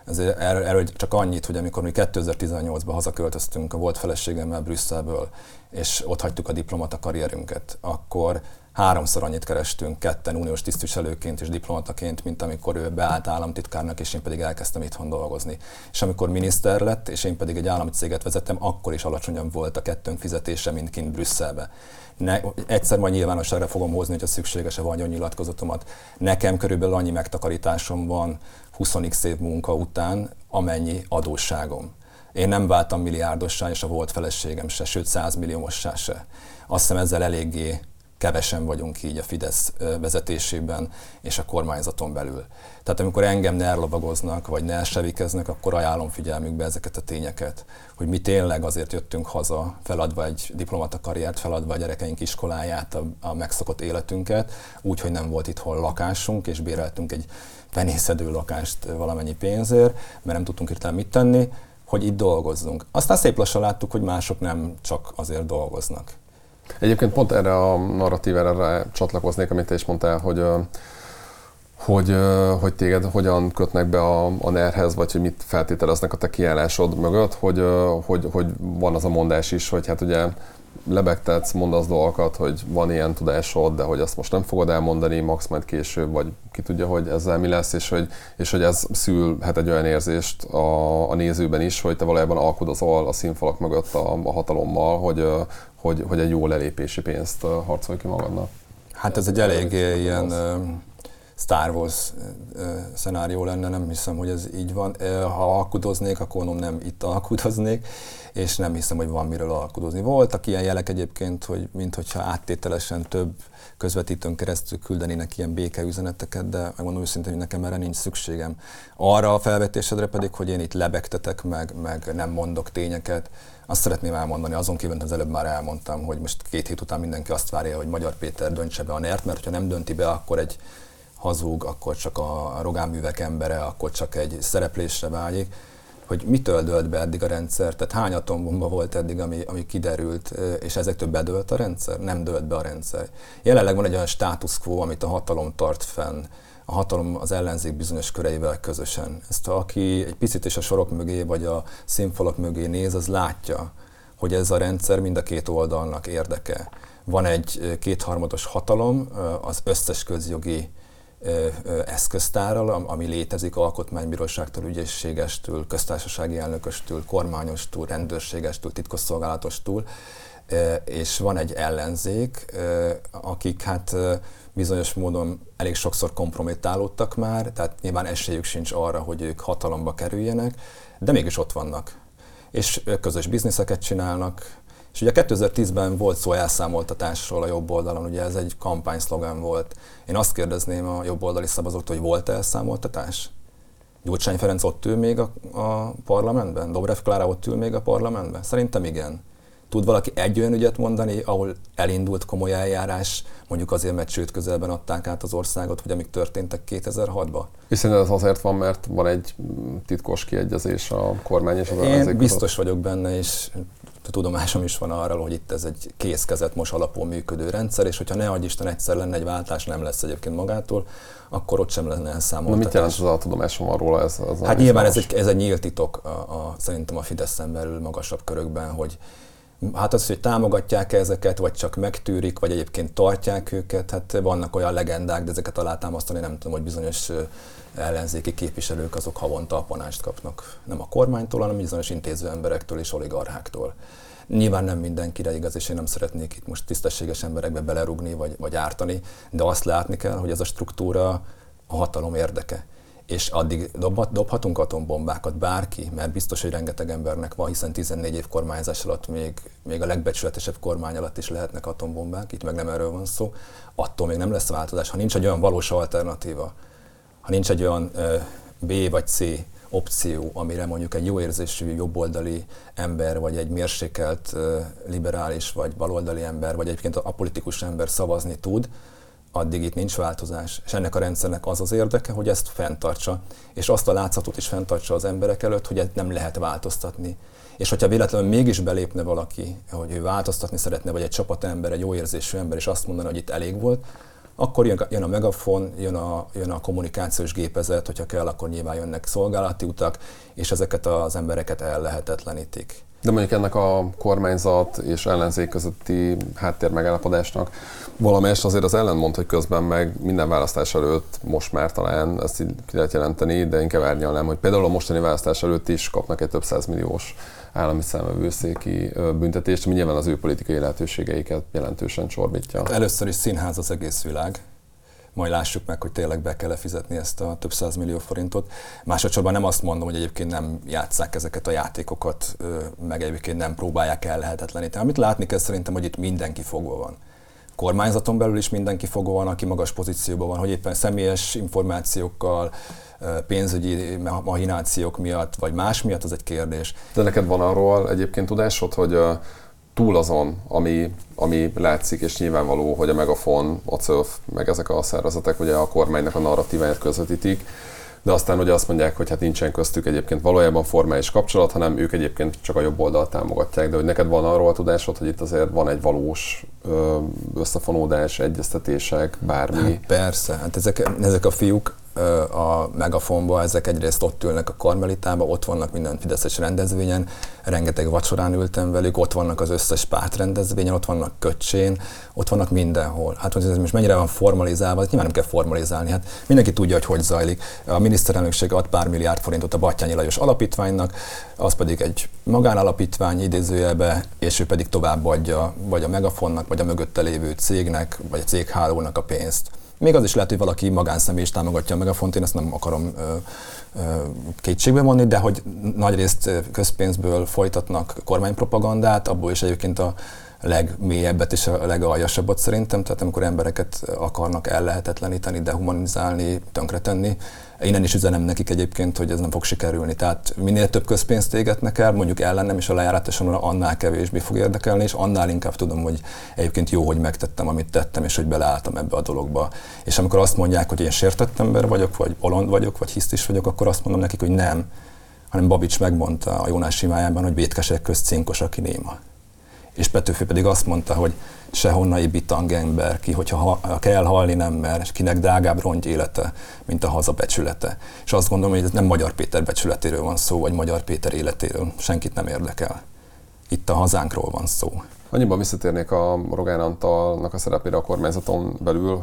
Erről csak annyit, hogy amikor mi 2018-ban hazaköltöztünk a volt feleségemmel Brüsszelből, és ott hagytuk a diplomata karrierünket, akkor 3-szor annyit kerestünk ketten uniós tisztviselőként és diplomataként, mint amikor ő beállt államtitkárnak, és én pedig elkezdtem itthon dolgozni. És amikor miniszter lett, és én pedig egy állami céget vezettem, akkor is alacsonyabb volt a kettőnk fizetése, mint kint Brüsszelbe. Egyszer majd nyilvánosságra fogom hozni, hogyha szükséges a vagyonnyilatkozatomat. Nekem körülbelül annyi megtakarításom van 20x év munka után, amennyi adósságom. Én nem váltam milliárdossá, és a volt feleségem se, sőt 100 milliómossá se. Azt hiszem ezzel eléggé kevesen vagyunk így a Fidesz vezetésében és a kormányzaton belül. Tehát amikor engem nerlovagoznak, vagy nersevikeznek, akkor ajánlom figyelmükbe ezeket a tényeket, hogy mi tényleg azért jöttünk haza, feladva egy diplomata karriert, feladva a gyerekeink iskoláját, a megszokott életünket, úgy, nem volt itthon lakásunk, és béreltünk egy penészedő lakást valamennyi pénzért, mert nem tudtunk hirtelen mit tenni, hogy itt dolgozzunk. Aztán szép lassan láttuk, hogy mások nem csak azért dolgoznak. Egyébként pont erre a narratívára csatlakoznék, amit te is mondtál, hogy téged hogyan kötnek be a NER-hez, vagy hogy mit feltételeznek a te kiállásod mögött, hogy van az a mondás is, hogy hát ugye lebegtetsz, mondasz dolgokat, hogy van ilyen tudásod, de hogy azt most nem fogod elmondani, max majd később, vagy ki tudja, hogy ezzel mi lesz, és hogy ez szülhet egy olyan érzést a nézőben is, hogy te valójában alkudozol a színfalak mögött a hatalommal, hogy egy jó lelépési pénzt harcolj ki magadnak. Hát ez egy elég ilyen Star Wars szenárió lenne, nem hiszem, hogy ez így van. Ha alkudoznék, akkor nem itt alkudoznék, és nem hiszem, hogy van miről alkudozni. Voltak ilyen jelek egyébként, hogy minthogyha áttételesen több közvetítőn keresztül küldenének ilyen békeüzeneteket, de megmondom őszintén, hogy nekem erre nincs szükségem. Arra a felvetésedre pedig, hogy én itt lebegtetek, meg nem mondok tényeket, azt szeretném elmondani, azon kívül, az előbb már elmondtam, hogy most 2 hét után mindenki azt várja, hogy Magyar Péter döntse be a NER-t, mert ha nem dönti be, akkor egy hazug, akkor csak a Rogán művek embere, akkor csak egy szereplésre vágyik, hogy mitől dölt be eddig a rendszer, tehát hány atombomba volt eddig, ami kiderült, és ezektől bedölt a rendszer? Nem dölt be a rendszer. Jelenleg van egy olyan status quo, amit a hatalom tart fenn, a hatalom az ellenzék bizonyos köreivel közösen. Ezt aki egy picit is a sorok mögé, vagy a színfalak mögé néz, az látja, hogy ez a rendszer mind a két oldalnak érdeke. Van egy kétharmados hatalom, az összes közjogi eszköztárral, ami létezik alkotmánybíróságtól, ügyészségestől, köztársasági elnököstől, kormányostól, rendőrségestől, titkosszolgálatostól, és van egy ellenzék, akik hát bizonyos módon elég sokszor kompromittálódtak már, tehát nyilván esélyük sincs arra, hogy ők hatalomba kerüljenek, de mégis ott vannak. És közös bizniszeket csinálnak, és ugye 2010-ben volt szó elszámoltatásról a jobb oldalon, ugye ez egy kampányszlogan volt. Én azt kérdezném a jobboldali szavazóktól, hogy volt elszámoltatás? Gyurcsány Ferenc ott ül még a parlamentben? Dobrev Klára ott ül még a parlamentben? Szerintem igen. Tud valaki egy olyan ügyet mondani, ahol elindult komoly eljárás, mondjuk azért, mert sőt közelben adták át az országot, hogy amik történtek 2006-ban? És szerintem ez azért van, mert van egy titkos kiegyezés a kormány és az ellenzék között? Én biztos vagyok benne, és tudomásom is van arról, hogy itt ez egy kézkezet most alapon működő rendszer, és hogyha ne adj Isten egyszer lenne egy váltás, nem lesz egyébként magától, akkor ott sem lenne elszámoltatás. Na mit jelent az a tudomásom van róla? Hát nyilván ez egy nyílt titok szerintem a Fideszen belül magasabb körökben, hogy hát az, hogy támogatják ezeket, vagy csak megtűrik, vagy egyébként tartják őket, hát vannak olyan legendák, de ezeket alátámasztani nem tudom, hogy bizonyos ellenzéki képviselők azok havonta apanást kapnak. Nem a kormánytól, hanem bizonyos intéző emberektől és oligarcháktól. Nyilván nem mindenkire igaz, és én nem szeretnék itt most tisztességes emberekbe belerugni, vagy ártani, de azt látni kell, hogy ez a struktúra a hatalom érdeke. És addig dobhatunk atombombákat bárki, mert biztos, hogy rengeteg embernek van, hiszen 14 év kormányzás alatt még a legbecsületesebb kormány alatt is lehetnek atombombák, itt meg nem erről van szó, attól még nem lesz változás. Ha nincs egy olyan valós alternatíva, ha nincs egy olyan B vagy C opció, amire mondjuk egy jó érzésű jobboldali ember, vagy egy mérsékelt liberális, vagy baloldali ember, vagy egyébként apolitikus ember szavazni tud, addig itt nincs változás. És ennek a rendszernek az az érdeke, hogy ezt fenntartsa, és azt a látszatot is fenntartsa az emberek előtt, hogy ezt nem lehet változtatni. És hogyha véletlenül mégis belépne valaki, hogy ő változtatni szeretne, vagy egy csapatember, egy jó érzésű ember, és azt mondaná, hogy itt elég volt, akkor jön a megafon, jön a kommunikációs gépezet, hogyha kell, akkor nyilván jönnek szolgálati utak, és ezeket az embereket ellehetetlenítik. De mondjuk ennek a kormányzat és ellenzék közötti háttérmegállapodásnak valamelyest azért az ellentmond, hogy közben meg minden választás előtt most már talán ezt így ki lehet jelenteni, de inkább árnyalnám, hogy például a mostani választás előtt is kapnak egy több százmilliós állami számvevőszéki büntetést, ami nyilván az ő politikai lehetőségeiket jelentősen csorbítja. Először is színház az egész világ. Majd lássuk meg, hogy tényleg be kell fizetni ezt a több 100 millió forintot. Másodszorban nem azt mondom, hogy egyébként nem játsszák ezeket a játékokat, meg egyébként nem próbálják ellehetetleníteni. Amit látni kell szerintem, hogy itt mindenki fogva van. Kormányzaton belül is mindenki fogva van, aki magas pozícióban van, hogy éppen személyes információkkal, pénzügyi mahinációk miatt, vagy más miatt, az egy kérdés. De neked van arról egyébként tudásod, hogy túl azon, ami látszik, és nyilvánvaló, hogy a Megafon, a CÖF, meg ezek a szervezetek ugye a kormánynak a narratíváját közvetítik, de aztán ugye azt mondják, hogy hát nincsen köztük egyébként valójában formális kapcsolat, hanem ők egyébként csak a jobb oldalt támogatják, de hogy neked van arról a tudásod, hogy itt azért van egy valós összefonódás, egyeztetések, bármi? Persze, hát ezek a fiúk a Megafonban, ezek egyrészt ott ülnek a Karmelitában, ott vannak minden fideszes rendezvényen, rengeteg vacsorán ültem velük, ott vannak az összes pártrendezvényen, ott vannak Köcsén, ott vannak mindenhol. Hát hogy ez most mennyire van formalizálva, nyilván nem kell formalizálni, hát mindenki tudja, hogy zajlik. A miniszterelnökség ad pár milliárd forintot a Batthyány Lajos alapítványnak, az pedig egy magánalapítvány idézőjelbe, és ő pedig továbbadja vagy a Megafonnak, vagy a mögötte lévő cégnek, vagy a céghálónak a pénzt. Még az is lehet, hogy valaki magánszemély is támogatja a Megafont, én ezt nem akarom kétségbe vonni, de hogy nagyrészt közpénzből folytatnak kormánypropagandát, abból is egyébként a legmélyebbet és a legaljasabbat szerintem, tehát amikor embereket akarnak ellehetetleníteni, dehumanizálni, tönkretenni. Innen is üzenem nekik egyébként, hogy ez nem fog sikerülni. Tehát minél több közpénzt égetnek el, mondjuk ellenem és a lejárátoson annál kevésbé fog érdekelni, és annál inkább tudom, hogy egyébként jó, hogy megtettem, amit tettem, és hogy beleálltam ebbe a dologba. És amikor azt mondják, hogy én sértett ember vagyok, vagy bolond vagyok, vagy hisztis vagyok, akkor azt mondom nekik, hogy nem. Hanem Babics megmondta a Jónás imájában, hogy vétkesek közt cinkos, aki néma. És Petőfi pedig azt mondta, hogy sehonnai bitang ember ki, hogyha kell halni nem mer, kinek drágább rongy élete, mint a haza becsülete. És azt gondolom, hogy ez nem Magyar Péter becsületéről van szó, vagy Magyar Péter életéről. Senkit nem érdekel. Itt a hazánkról van szó. Annyiban visszatérnék a Rogán Antalnak a szerepére a kormányzaton belül,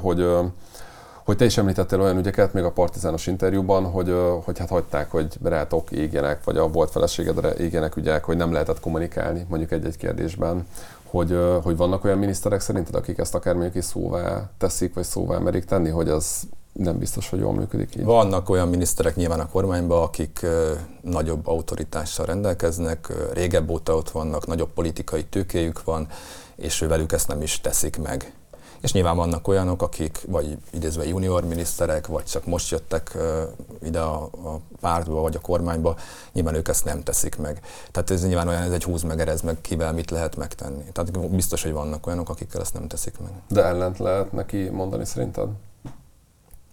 hogy te is említettél olyan ügyeket, még a partizános interjúban, hogy hát hagyták, hogy rátok égjenek, vagy a volt feleségedre égjenek ügyek, hogy nem lehetett kommunikálni mondjuk egy-egy kérdésben, hogy vannak olyan miniszterek szerinted, akik ezt akár mondjuk is szóvá teszik, vagy szóvá merik tenni, hogy ez nem biztos, hogy jól működik így? Vannak olyan miniszterek nyilván a kormányban, akik nagyobb autoritással rendelkeznek, régebb óta ott vannak, nagyobb politikai tőkéjük van, és velük ezt nem is teszik meg. És nyilván vannak olyanok, akik vagy idézve junior miniszterek, vagy csak most jöttek ide a pártba, vagy a kormányba, nyilván ők ezt nem teszik meg. Tehát ez nyilván olyan, ez egy húz meg, erez meg, kivel mit lehet megtenni. Tehát biztos, hogy vannak olyanok, akikkel ezt nem teszik meg. De ellent lehet neki mondani szerinted?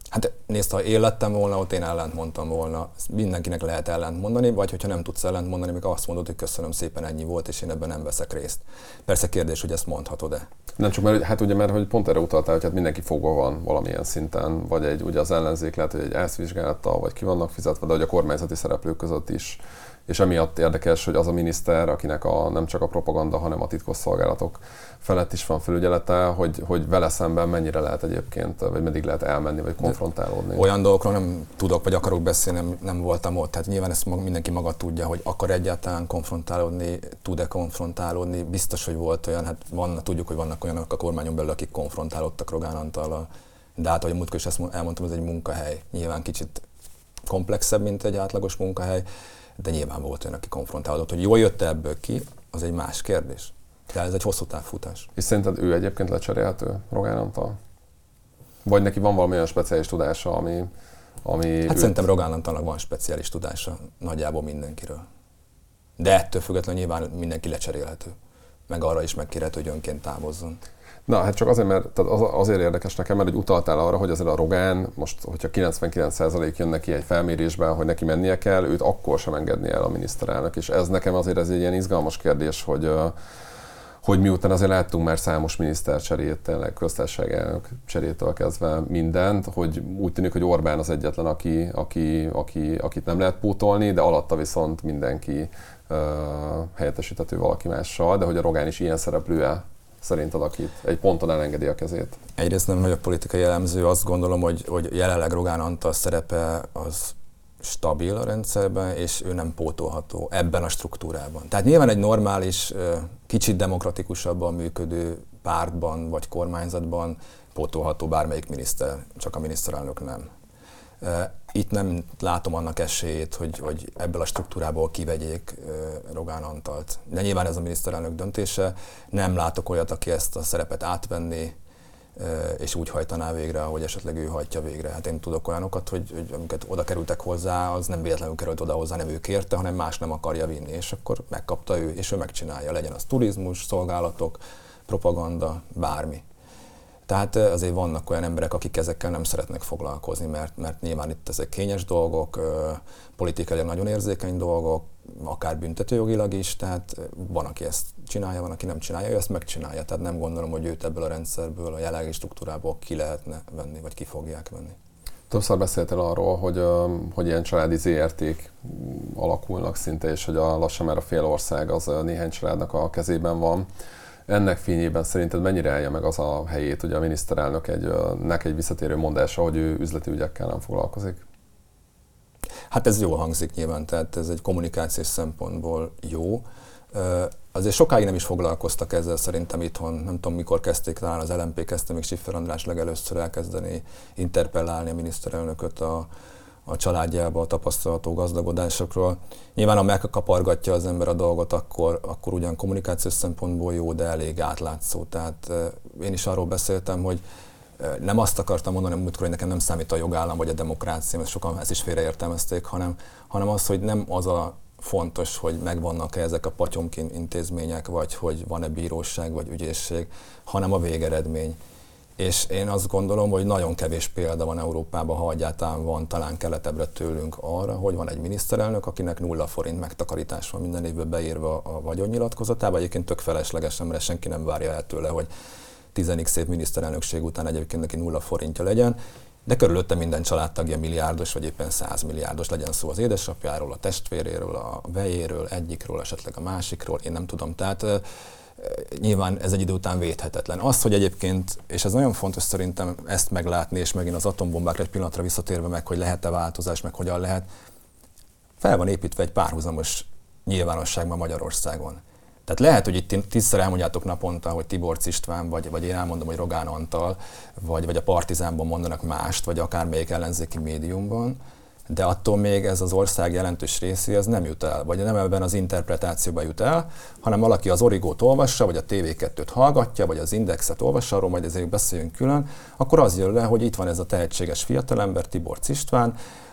Hát nézd, ha én lettem volna, ott én ellent mondtam volna. Mindenkinek lehet ellent mondani, vagy hogyha nem tudsz ellent mondani, még azt mondod, hogy köszönöm szépen, ennyi volt, és én ebben nem veszek részt. Persze kérdés, hogy ezt mondhatod-e. Nem csak mert, hát ugye, mert hogy pont erre utaltál, hogy hát mindenki fogva van valamilyen szinten, vagy ugye az ellenzék lehet, hogy egy ÁSZ-vizsgálattal, vagy ki vannak fizetve, de hogy a kormányzati szereplők között is. És emiatt érdekes, hogy az a miniszter, akinek nem csak a propaganda, hanem a titkosszolgálatok felett is van felügyelete, hogy vele szemben mennyire lehet egyébként, vagy meddig lehet elmenni, vagy konfrontálódni. Olyan dolgokról nem tudok, vagy akarok beszélni, nem voltam ott. Tehát nyilván ezt mindenki maga tudja, hogy akar egyáltalán konfrontálódni, tud-e konfrontálódni. Biztos, hogy volt olyan, hát tudjuk, hogy vannak olyanok a kormányon belül, akik konfrontálódtak Rogán Antallal. De hát, ahogy múltkor is ezt elmondtam, ez egy munkahely. Nyilván kicsit komplexebb, mint egy átlagos munkahely, de nyilván volt olyan, aki konfrontálódott. Hogy jól jött ebből ki, az egy más kérdés. Tehát ez egy hosszú távfutás. És szerinted ő egyébként lecserélhető, Rogán Antal? Vagy neki van valami olyan speciális tudása, ami Hát szerintem Rogán Antalnak van speciális tudása nagyjából mindenkiről. De ettől függetlenül nyilván mindenki lecserélhető. Meg arra is megkérhető, hogy önként távozzon. Na, hát csak azért, mert azért érdekes nekem, mert utaltál arra, hogy azért a Rogán, most, hogyha 99% jön neki egy felmérésben, hogy neki mennie kell, őt akkor sem engedni el a miniszterelnök. És ez nekem azért ez egy ilyen izgalmas kérdés, hogy miután azért láttunk már számos minisztercserét, tényleg köztársasági elnök cserétől kezdve mindent, hogy úgy tűnik, hogy Orbán az egyetlen, akit nem lehet pótolni, de alatta viszont mindenki helyettesíthető valaki mással, de hogy a Rogán is ilyen szereplője szerinted, akit egy ponton elengedi a kezét? Egyrészt nem vagyok politikai elemző, azt gondolom, hogy jelenleg Rogán Antal szerepe az stabil a rendszerben, és ő nem pótolható ebben a struktúrában. Tehát nyilván egy normális, kicsit demokratikusabban működő pártban vagy kormányzatban pótolható bármelyik miniszter, csak a miniszterelnök nem. Itt nem látom annak esélyét, hogy ebből a struktúrából kivegyék Rogán Antalt. De nyilván ez a miniszterelnök döntése. Nem látok olyat, aki ezt a szerepet átvenné, és úgy hajtaná végre, ahogy esetleg ő hajtja végre. Hát én tudok olyanokat, hogy amiket oda kerültek hozzá, az nem véletlenül került oda hozzá, nem ő kérte, hanem más nem akarja vinni, és akkor megkapta ő, és ő megcsinálja. Legyen az turizmus, szolgálatok, propaganda, bármi. Tehát azért vannak olyan emberek, akik ezekkel nem szeretnek foglalkozni, mert nyilván itt ezek kényes dolgok, politikailag nagyon érzékeny dolgok, akár büntetőjogilag is, tehát van, aki ezt csinálja, van, aki nem csinálja, ő ezt megcsinálja. Tehát nem gondolom, hogy őt ebből a rendszerből, a jelenlegi struktúrából ki lehetne venni, vagy ki fogják venni. Többször beszéltél arról, hogy ilyen családi ZRT-k alakulnak szinte, és hogy lassan már a fél ország az néhány családnak a kezében van. Ennek fényében szerinted mennyire állja meg az a helyét, hogy a miniszterelnök egy visszatérő mondása, hogy ő üzleti ügyekkel nem foglalkozik? Hát ez jól hangzik nyilván, tehát ez egy kommunikációs szempontból jó. Azért sokáig nem is foglalkoztak ezzel szerintem itthon, nem tudom mikor kezdték, talán az LMP kezdte még Schiffer András legelőször elkezdeni interpellálni a miniszterelnököt a családjába, a tapasztalható gazdagodásokról. Nyilván, ha megkapargatja az ember a dolgot, akkor ugyan kommunikációs szempontból jó, de elég átlátszó. Tehát én is arról beszéltem, hogy nem azt akartam mondani múltkor, hogy nekem nem számít a jogállam vagy a demokrácia, mert sokan ezt is félreértelmezték, hanem az, hogy nem az a fontos, hogy megvannak-e ezek a patyomkin intézmények, vagy hogy van-e bíróság vagy ügyészség, hanem a végeredmény. És én azt gondolom, hogy nagyon kevés példa van Európában, ha egyáltalán van, talán keletebbre tőlünk arra, hogy van egy miniszterelnök, akinek 0 forint megtakarítás van minden évben beírva a vagyonnyilatkozatába. Egyébként tök feleslegesen, mert senki nem várja el tőle, hogy 10x év miniszterelnökség után egyébként neki 0 forintja legyen, de körülötte minden családtagja milliárdos, vagy éppen 100 milliárdos, legyen szó az édesapjáról, a testvéréről, a vejéről, egyikről, esetleg a másikról, én nem tudom. Tehát nyilván ez egy idő után védhetetlen. Az, hogy egyébként, és ez nagyon fontos szerintem ezt meglátni, és megint az atombombákra egy pillanatra visszatérve meg, hogy lehet-e változás, meg hogyan lehet, fel van építve egy párhuzamos nyilvánosságban Magyarországon. Tehát lehet, hogy itt 10-szer elmondjátok naponta, hogy Tiborcs István, vagy én elmondom, hogy Rogán Antal, vagy a Partizánban mondanak mást, vagy akármelyik ellenzéki médiumban, de attól még ez az ország jelentős részéhez nem jut el, vagy nem ebben az interpretációban jut el, hanem valaki az Origót olvassa, vagy a TV2-t hallgatja, vagy az Indexet olvassa, arról majd ezért beszéljünk külön, akkor az jön le, hogy itt van ez a tehetséges fiatalember, Tiborcs István,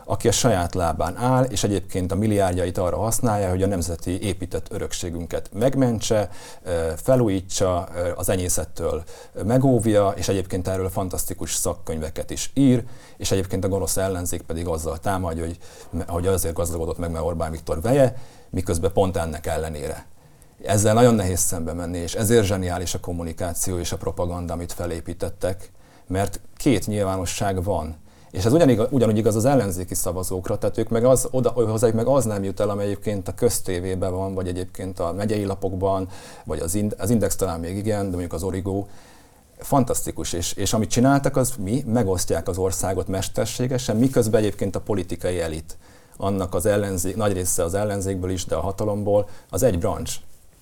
aki a saját lábán áll, és egyébként a milliárdjait arra használja, hogy a nemzeti épített örökségünket megmentse, felújítsa, az enyészettől megóvja, és egyébként erről fantasztikus szakkönyveket is ír, és egyébként a gonosz ellenzék pedig azzal támadja, hogy azért gazdagodott meg, mert Orbán Viktor veje, miközben pont ennek ellenére. Ezzel nagyon nehéz szembe menni, és ezért zseniális a kommunikáció és a propaganda, amit felépítettek, mert két nyilvánosság van. És ez ugyanúgy igaz az ellenzéki szavazókra, tehát ők meg hozzájuk meg az nem jut el, ami egyébként a köztévében van, vagy egyébként a megyei lapokban, vagy az Index talán még igen, de mondjuk az Origo. Fantasztikus, és amit csináltak, az megosztják az országot mesterségesen, miközben egyébként a politikai elit, annak az ellenzék, nagy része az ellenzékből is, de a hatalomból, az egy brancs,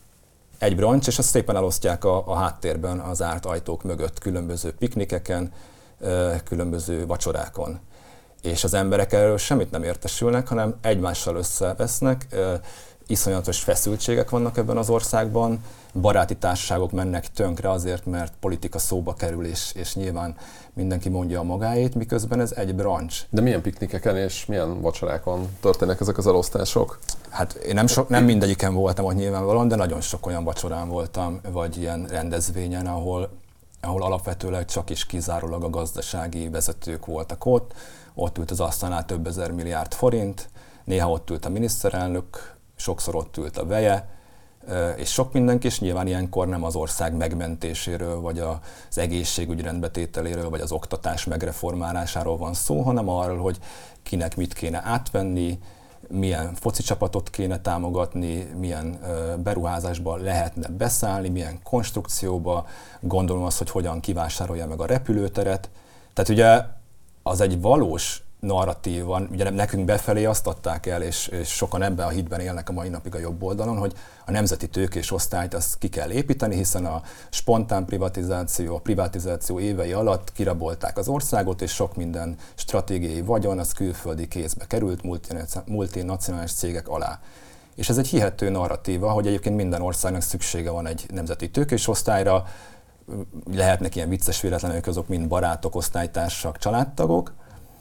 és azt szépen elosztják a háttérben az árt ajtók mögött, különböző piknikeken, különböző vacsorákon. És az emberek erről semmit nem értesülnek, hanem egymással összevesznek, iszonyatos feszültségek vannak ebben az országban, baráti társaságok mennek tönkre azért, mert politika szóba kerül, és nyilván mindenki mondja a magáét, miközben ez egy brancs. De milyen piknikeken és milyen vacsorákon történnek ezek az elosztások? Hát én nem mindegyiken voltam ott nyilvánvalóan, de nagyon sok olyan vacsorán voltam, vagy ilyen rendezvényen, ahol alapvetőleg csak is kizárólag a gazdasági vezetők voltak ott. Ott ült az asztalnál több ezer milliárd forint, néha ott ült a miniszterelnök, sokszor ott ült a veje, és sok mindenki, és nyilván ilyenkor nem az ország megmentéséről, vagy az egészségügy rendbetételéről, vagy az oktatás megreformálásáról van szó, hanem arról, hogy kinek mit kéne átvenni, milyen foci csapatot kéne támogatni, milyen beruházásba lehetne beszállni, milyen konstrukcióba, gondolom azt, hogy hogyan kivásárolja meg a repülőteret. Tehát ugye az egy valós narratív van, ugye nekünk befelé azt adták el, és sokan ebben a hitben élnek a mai napig a jobb oldalon, hogy a nemzeti tőkés osztályt azt ki kell építeni, hiszen a spontán privatizáció, a privatizáció évei alatt kirabolták az országot, és sok minden stratégiai vagyon az külföldi kézbe került multinacionális cégek alá. És ez egy hihető narratíva, hogy egyébként minden országnak szüksége van egy nemzeti tőkés osztályra, lehetnek ilyen vicces véletlenül, azok mind barátok, osztálytársak, családtagok,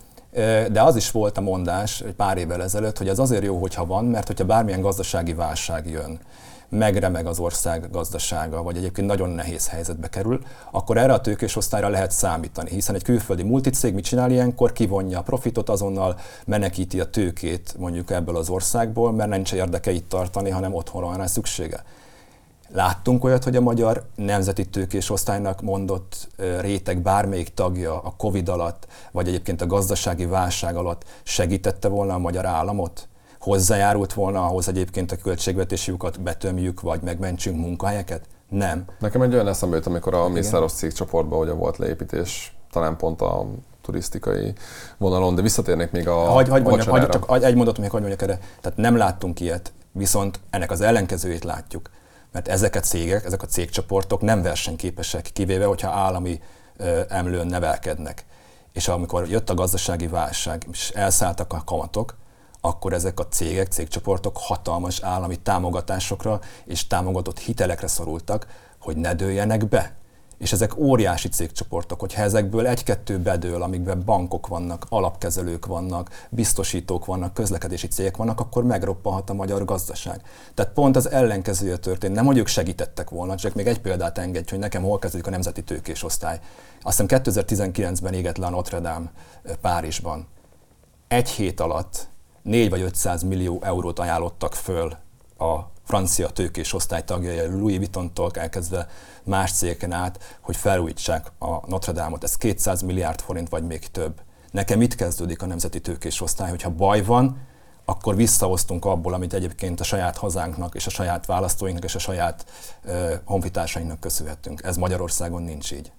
de az is volt a mondás egy pár évvel ezelőtt, hogy ez azért jó, hogyha van, mert hogyha bármilyen gazdasági válság jön, megremeg az ország gazdasága, vagy egyébként nagyon nehéz helyzetbe kerül, akkor erre a tőkés osztályra lehet számítani, hiszen egy külföldi multicég mit csinál ilyenkor, kivonja a profitot, azonnal menekíti a tőkét mondjuk ebből az országból, mert nincs érdeke itt tartani, hanem otthonra van rá szüksége. Láttunk olyat, hogy a magyar nemzeti tőkés osztálynak mondott réteg bármelyik tagja a Covid alatt, vagy egyébként a gazdasági válság alatt segítette volna a magyar államot? Hozzájárult volna ahhoz egyébként a költségvetési lyukat betömjük, vagy megmentsünk munkahelyeket? Nem. Nekem egy olyan eszembe jut, amikor a Mészáros cégcsoportban ugye volt leépítés, talán pont a turisztikai vonalon, de visszatérnék még a vacsorára. Csak egy mondatot még hadd mondjak erre. Tehát nem láttunk ilyet, viszont ennek az ellenkezőjét látjuk. Mert ezek a cégcsoportok nem versenyképesek, kivéve, hogyha állami emlőn nevelkednek. És amikor jött a gazdasági válság, és elszálltak a kamatok, akkor ezek a cégcsoportok hatalmas állami támogatásokra és támogatott hitelekre szorultak, hogy ne dőljenek be. És ezek óriási cégcsoportok, hogyha ezekből egy-kettő bedől, amikben bankok vannak, alapkezelők vannak, biztosítók vannak, közlekedési cégek vannak, akkor megroppanhat a magyar gazdaság. Tehát pont az ellenkezője történt. Nem, hogy ők segítettek volna, csak még egy példát engedj, hogy nekem hol kezdődik a nemzeti tőkés osztály. Azt hiszem 2019-ben égett le a Notre Dame Párizsban. Egy hét alatt 4 vagy 500 millió eurót ajánlottak föl a francia tőkés osztály tagjai, Louis Vuittontól elkezdve más cégeken át, hogy felújítsák a Notre Dame-ot. Ez 200 milliárd forint, vagy még több. Nekem itt kezdődik a nemzeti tőkés osztály, hogyha baj van, akkor visszahoztunk abból, amit egyébként a saját hazánknak, és a saját választóinknak, és a saját honfitársainknak köszönhetünk. Ez Magyarországon nincs így.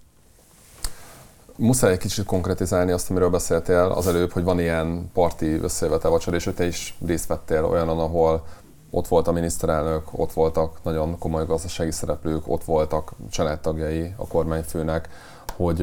Muszáj egy kicsit konkretizálni azt, amiről beszéltél az előbb, hogy van ilyen parti összejövetel vacsora, és te is részt vettél olyanon, ahol ott volt a miniszterelnök, ott voltak nagyon komoly gazdasági szereplők, ott voltak családtagjai a kormányfőnek, hogy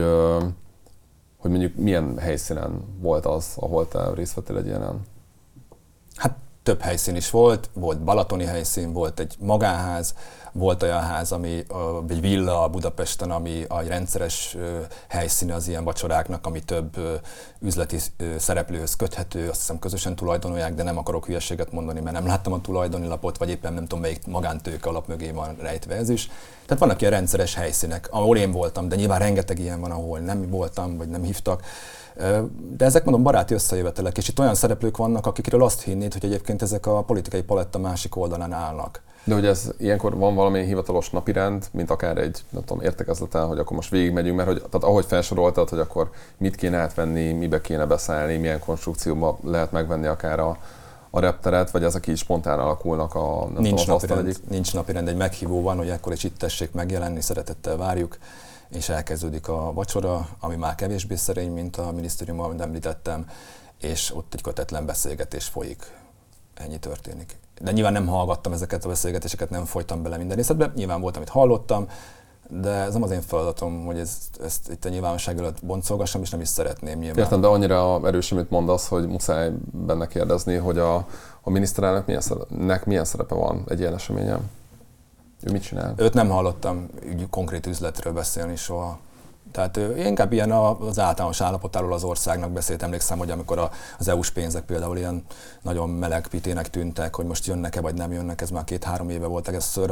mondjuk milyen helyszínen volt az, ahol te részt vettél egy ilyenen? Hát több helyszín is volt balatoni helyszín, volt egy magánház, volt olyan ház, egy villa Budapesten, ami a rendszeres helyszíne az ilyen vacsoráknak, ami több üzleti szereplőhöz köthető, azt hiszem közösen tulajdonolják, de nem akarok hülyeséget mondani, mert nem láttam a tulajdoni lapot, vagy éppen nem tudom melyik magántőke alap mögé van rejtve ez is. Tehát vannak ilyen rendszeres helyszínek, ahol én voltam, de nyilván rengeteg ilyen van, ahol nem voltam, vagy nem hívtak. De ezek mondom baráti összejövetelek, és itt olyan szereplők vannak, akikről azt hinnéd, hogy egyébként ezek a politikai paletta másik oldalán állnak. De hogy ez ilyenkor van valami hivatalos napirend, mint akár egy, nem tudom, értekezleten, hogy akkor most végigmegyünk, mert hogy, tehát ahogy felsoroltad, hogy akkor mit kéne átvenni, mibe kéne beszállni, milyen konstrukcióba lehet megvenni akár a repteret, vagy ezek így spontán alakulnak Nincs napirend, egy meghívó van, hogy akkor is itt tessék megjelenni, szeretettel várjuk, és elkezdődik a vacsora, ami már kevésbé szerény, mint a minisztérium, amit említettem, és ott egy kötetlen beszélgetés folyik. Ennyi történik. De nyilván nem hallgattam ezeket a beszélgetéseket, nem folytam bele minden részletbe, nyilván volt, amit hallottam, de ez nem az én feladatom, hogy ezt itt a nyilvánosság előtt boncolgassam, és nem is szeretném nyilván. Értem, de annyira erős, amit mondasz, hogy muszáj benne kérdezni, hogy a miniszterelnöknek milyen szerepe van egy ilyen eseményen? Ő mit csinál? Őt nem hallottam konkrét üzletről beszélni soha. Tehát inkább ilyen az általános állapotáról az országnak beszélt. Emlékszem, hogy amikor az EU-s pénzek például ilyen nagyon meleg pitének tűntek, hogy most jönnek-e vagy nem jönnek, ez már 2-3 éve volt először,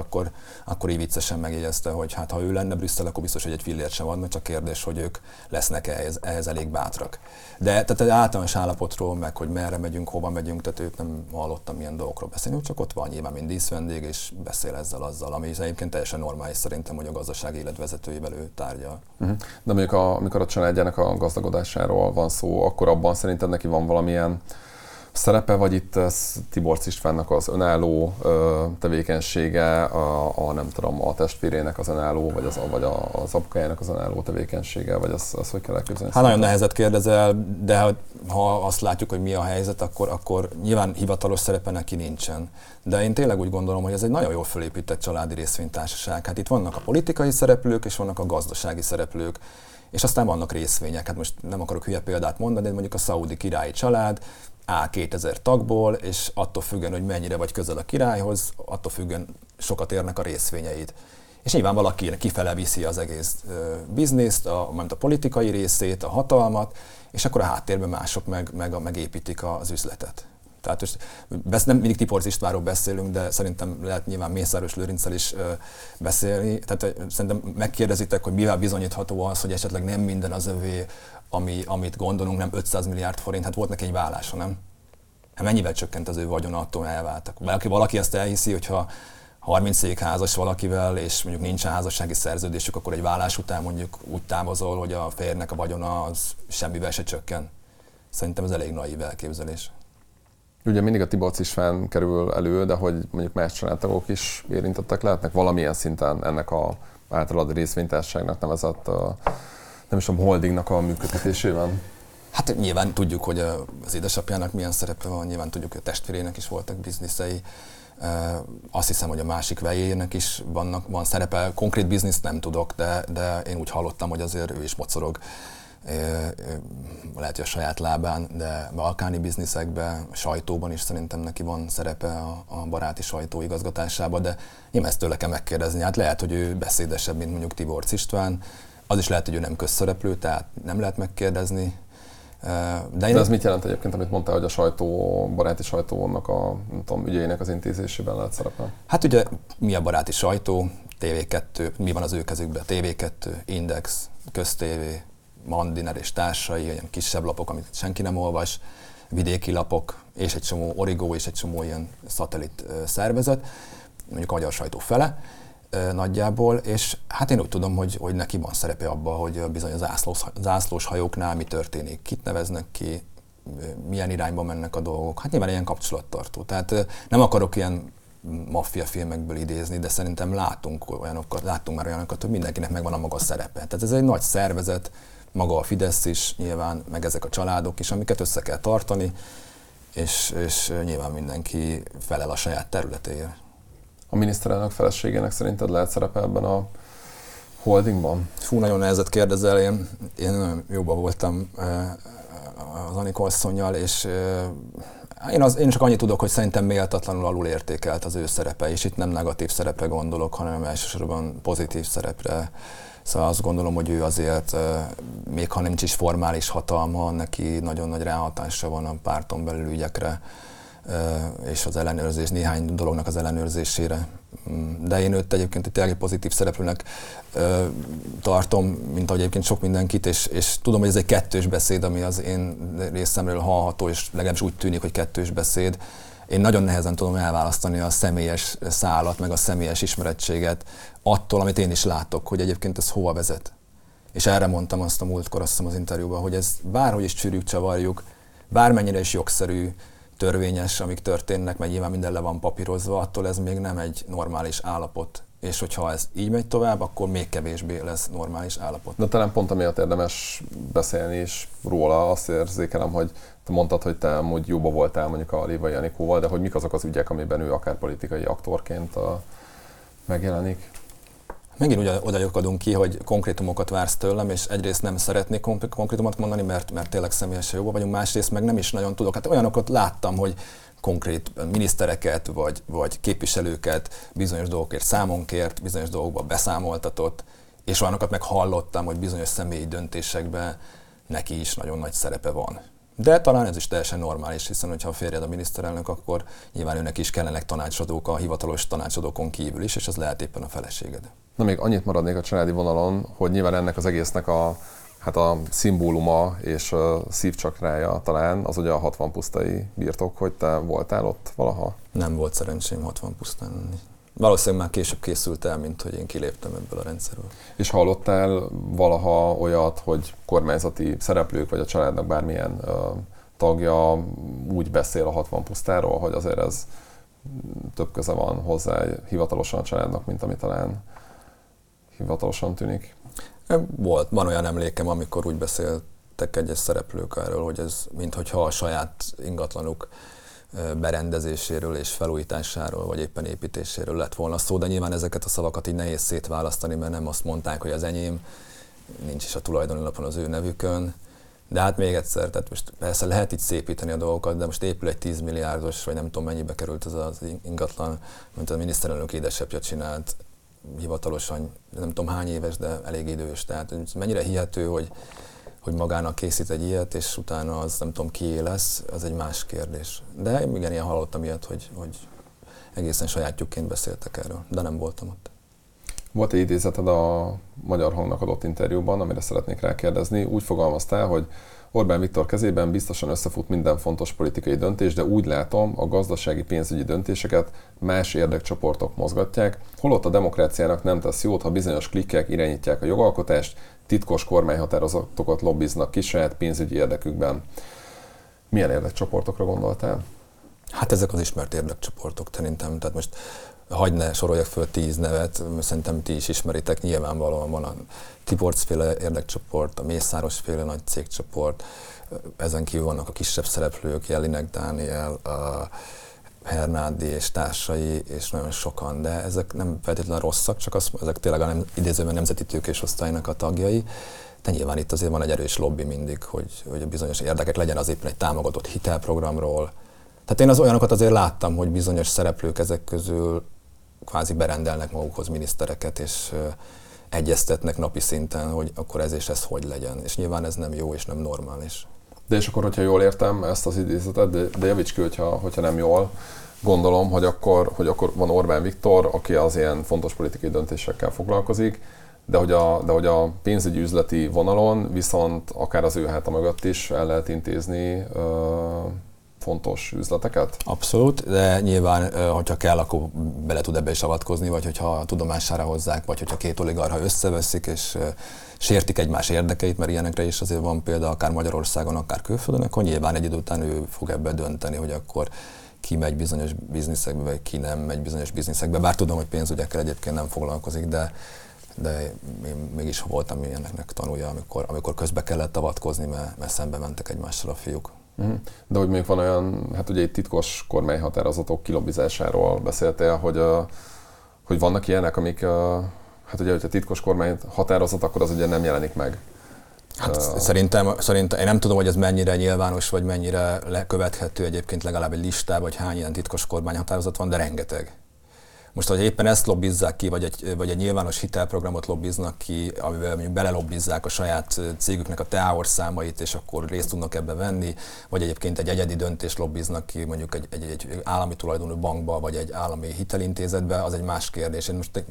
akkor így viccesen megjegyezte, hogy hát ha ő lenne Brüsszel, akkor biztos, hogy egy fillért sem adna, csak kérdés, hogy ők lesznek ehhez elég bátrak. De tehát egy általános állapotról, meg hogy merre megyünk, hova megyünk, tehát őt nem hallottam ilyen dolgokról beszélni, csak ott van nyilván, mint díszvendég, és beszél ezzel-azzal, ami egyébként teljesen normális szerintem, hogy a gazdasági életvezetőivel ő tárgyal. De mondjuk amikor a családjának a gazdagodásáról van szó, akkor abban szerinted neki van valamilyen szerepe, vagy itt ez Tiborcz Istvánnak az önálló tevékenysége, nem tudom, a testvérének az önálló, vagy az apukájának az önálló tevékenysége, vagy az hogy kell elképzelni? Hát nagyon nehezet kérdezel, de ha azt látjuk, hogy mi a helyzet, akkor nyilván hivatalos szerepe neki nincsen. De én tényleg úgy gondolom, hogy ez egy nagyon jól fölépített családi részvénytársaság. Hát itt vannak a politikai szereplők, és vannak a gazdasági szereplők, és aztán vannak részvények. Hát most nem akarok hülye példát mondani, de mondjuk a szaudi királyi család áll 2000 tagból, és attól függően, hogy mennyire vagy közel a királyhoz, attól függően sokat érnek a részvényeid. És nyilván valaki kifele viszi az egész bizniszt, a politikai részét, a hatalmat, és akkor a háttérben mások megépítik az üzletet. Tehát most nem mindig Tiborcz Istvánról beszélünk, de szerintem lehet nyilván Mészáros Lőrinccel is beszélni. Tehát szerintem megkérdezitek, hogy mivel bizonyítható az, hogy esetleg nem minden az övé, amit gondolunk, nem 500 milliárd forint. Hát volt neki egy vállása, nem? Hát mennyivel csökkent az ő vagyona, attól elváltak. Valaki ezt elhiszi, hogyha 30 évig házas valakivel, és mondjuk nincsen házassági szerződésük, akkor egy vállás után mondjuk úgy távozol, hogy a férjnek a vagyona az semmivel se csökken. Szerintem ez elég naív elképzelés. Ugye mindig a Tiborcz István kerül elő, de hogy mondjuk más családtagok is érintettek lehetnek valamilyen szinten ennek a általad részvénytársaságnak nevezett, nem is tudom, holdingnak a működtetésében? Hát nyilván tudjuk, hogy az édesapjának milyen szerepe van, nyilván tudjuk, hogy a testvérének is voltak bizniszei. Azt hiszem, hogy a másik vejének is van szerepe. Konkrét bizniszt nem tudok, de én úgy hallottam, hogy azért ő is mocorog. Lehet, hogy a saját lábán, de balkáni bizniszekben, a sajtóban is szerintem neki van szerepe a baráti sajtó igazgatásában, de én ezt tőle kell megkérdezni. Hát lehet, hogy ő beszédesebb, mint mondjuk Tiborcz István, az is lehet, hogy ő nem közszereplő, tehát nem lehet megkérdezni. De ez mit jelent egyébként, amit mondtál, hogy a baráti sajtónak a ügyeinek az intézésében lehet szerepel? Hát ugye mi a baráti sajtó, TV2, mi van az ő kezükben? TV2, Index, Köztévé, Mandiner és társai, olyan kisebb lapok, amit senki nem olvas, vidéki lapok, és egy csomó Origo, és egy csomó ilyen szatellit szervezet, mondjuk a magyar sajtó fele nagyjából, és hát én úgy tudom, hogy neki van szerepe abban, hogy bizony a zászlós hajóknál mi történik, kit neveznek ki, milyen irányba mennek a dolgok. Hát nyilván ilyen kapcsolattartó. Tehát nem akarok ilyen maffia filmekből idézni, de szerintem láttunk már olyanokat, hogy mindenkinek megvan a maga szerepe. Tehát ez egy nagy szervezet, maga a Fidesz is nyilván, meg ezek a családok is, amiket össze kell tartani, és nyilván mindenki felel a saját területéért. A miniszterelnök feleségének szerinted lehet szerepe ebben a holdingban? Fú, nagyon nehezet kérdezel, én jobban voltam az Anikó asszonnyal, és Én csak annyit tudok, hogy szerintem méltatlanul alulértékelt az ő szerepe, és itt nem negatív szerepre gondolok, hanem elsősorban pozitív szerepre. Szóval azt gondolom, hogy ő azért, még ha nincs is formális hatalma, neki nagyon nagy ráhatása van a párton belül ügyekre, és az ellenőrzés, néhány dolognak az ellenőrzésére. De én őt egyébként egy tényleg pozitív szereplőnek tartom, mint ahogy egyébként sok mindenkit, és tudom, hogy ez egy kettős beszéd, ami az én részemről hallható, és legalábbis úgy tűnik, hogy kettős beszéd. Én nagyon nehezen tudom elválasztani a személyes szálat, meg a személyes ismerettséget attól, amit én is látok, hogy egyébként ez hova vezet. És erre mondtam azt a múltkor, azt hiszem az interjúban, hogy ez bárhogy is csűrjük, csavarjuk, bármennyire is jogszerű, törvényes, amik történnek, mert nyilván minden le van papírozva, attól ez még nem egy normális állapot. És hogyha ez így megy tovább, akkor még kevésbé lesz normális állapot. De talán pont amiatt érdemes beszélni is róla, azt érzékelem, hogy te mondtad, hogy te amúgy jóba voltál mondjuk a Lévai Anikóval, de hogy mik azok az ügyek, amiben ő akár politikai aktorként megjelenik? Megint oda lyukadunk ki, hogy konkrétumokat vársz tőlem, és egyrészt nem szeretnék konkrétumot mondani, mert tényleg személyesen jobban vagyunk, másrészt meg nem is nagyon tudok. Hát olyanokat láttam, hogy konkrét minisztereket vagy képviselőket bizonyos dolgokért számon kért, bizonyos dolgokban beszámoltatott, és olyanokat meg hallottam, hogy bizonyos személyi döntésekben neki is nagyon nagy szerepe van. De talán ez is teljesen normális, hiszen hogyha a férjed a miniszterelnök, akkor nyilván őnek is kellenek tanácsadók a hivatalos tanácsadókon kívül is, és az lehet éppen a feleséged. Na még annyit maradnék a családi vonalon, hogy nyilván ennek az egésznek a szimbóluma és a szívcsakrája talán az ugye a 60 pusztai birtok, hogy te voltál ott valaha? Nem volt szerencsém 60 pusztán lenni. Valószínűleg már később készült el, mint hogy én kiléptem ebből a rendszerből. És hallottál valaha olyat, hogy kormányzati szereplők vagy a családnak bármilyen tagja úgy beszél a 60 pusztáról, hogy azért ez több köze van hozzá hivatalosan a családnak, mint ami talán hivatalosan tűnik? Van olyan emlékem, amikor úgy beszéltek egyes szereplők erről, hogy ez minthogyha a saját ingatlanuk berendezéséről és felújításáról, vagy éppen építéséről lett volna szó, de nyilván ezeket a szavakat így nehéz szétválasztani, mert nem azt mondták, hogy az enyém, nincs is a tulajdoni lapon az ő nevükön. De hát még egyszer, tehát most persze lehet így szépíteni a dolgokat, de most épül egy 10 milliárdos, vagy nem tudom mennyibe került ez az ingatlan, mint a miniszterelnök édesapja csinált, hivatalosan, nem tudom hány éves, de elég idős. Tehát mennyire hihető, hogy magának készít egy ilyet, és utána az nem tudom kié lesz, az egy más kérdés. De igen, ilyen hallottam ilyet, hogy egészen sajátjukként beszéltek erről, de nem voltam ott. Volt egy idézeted a Magyar Hangnak adott interjúban, amire szeretnék rákérdezni. Úgy fogalmaztál, hogy Orbán Viktor kezében biztosan összefut minden fontos politikai döntés, de úgy látom, a gazdasági pénzügyi döntéseket más érdekcsoportok mozgatják, holott a demokráciának nem tesz jót, ha bizonyos klikkek irányítják a jogalkotást, titkos kormányhatározatokat lobbiznak ki saját pénzügyi érdekükben. Milyen érdekcsoportokra gondoltál? Hát ezek az ismert érdekcsoportok szerintem, tehát most hagyd ne soroljak föl 10 nevet, szerintem ti is ismeritek, nyilvánvalóan van a Tiborcs-féle érdekcsoport, a Mészáros-féle nagy cégcsoport, ezen kívül vannak a kisebb szereplők, Jelinek Dániel, a Hernádi és társai, és nagyon sokan, de ezek nem feltétlenül rosszak, csak ezek tényleg a idézőben nemzeti tőkésosztálynak a tagjai. De nyilván itt azért van egy erős lobby mindig, hogy a bizonyos érdekek legyen az éppen egy támogatott hitelprogramról. Tehát én az olyanokat azért láttam, hogy bizonyos szereplők ezek közül kvázi berendelnek magukhoz minisztereket, és egyeztetnek napi szinten, hogy akkor ez és ez hogy legyen. És nyilván ez nem jó és nem normális. De és akkor, hogyha jól értem ezt az idézetet, de javíts ki, hogyha nem jól, gondolom, hogy akkor van Orbán Viktor, aki az ilyen fontos politikai döntésekkel foglalkozik, de hogy a pénzügyi üzleti vonalon viszont akár az ő háta mögött is el lehet intézni fontos üzleteket? Abszolút, de nyilván, hogyha kell, akkor bele tud ebbe is avatkozni, vagy hogyha tudomására hozzák, vagy hogyha két oligarcha összeveszik, és sértik egymás érdekeit, mert ilyenekre is azért van példa, akár Magyarországon, akár külföldön, akkor nyilván egy idő után ő fog ebbe dönteni, hogy akkor ki megy bizonyos bizniszekbe, vagy ki nem megy bizonyos bizniszekbe. Bár tudom, hogy pénzügyekkel egyébként nem foglalkozik, de én mégis voltam ilyeneknek tanulja, amikor közbe kellett avatkozni, mert szembe mentek egymással a fiúk. De hogy még van olyan, hát ugye itt titkos kormányhatározatok kilobbizásáról beszéltél, hogy vannak ilyenek, amik, hát ugye, hogyha titkos kormányhatározat, akkor az ugye nem jelenik meg. Hát szerintem én nem tudom, hogy ez mennyire nyilvános, vagy mennyire lekövethető egyébként legalább egy listában, hogy hány ilyen titkos kormányhatározat van, de rengeteg. Most, hogy éppen ezt lobbizzák ki, vagy egy nyilvános hitelprogramot lobbiznak ki, amivel mondjuk belelobbizzák a saját cégüknek a TEAOR számait, és akkor részt tudnak ebbe venni, vagy egyébként egy egyedi döntést lobbiznak ki mondjuk egy állami tulajdonú bankba, vagy egy állami hitelintézetbe, az egy más kérdés. Én most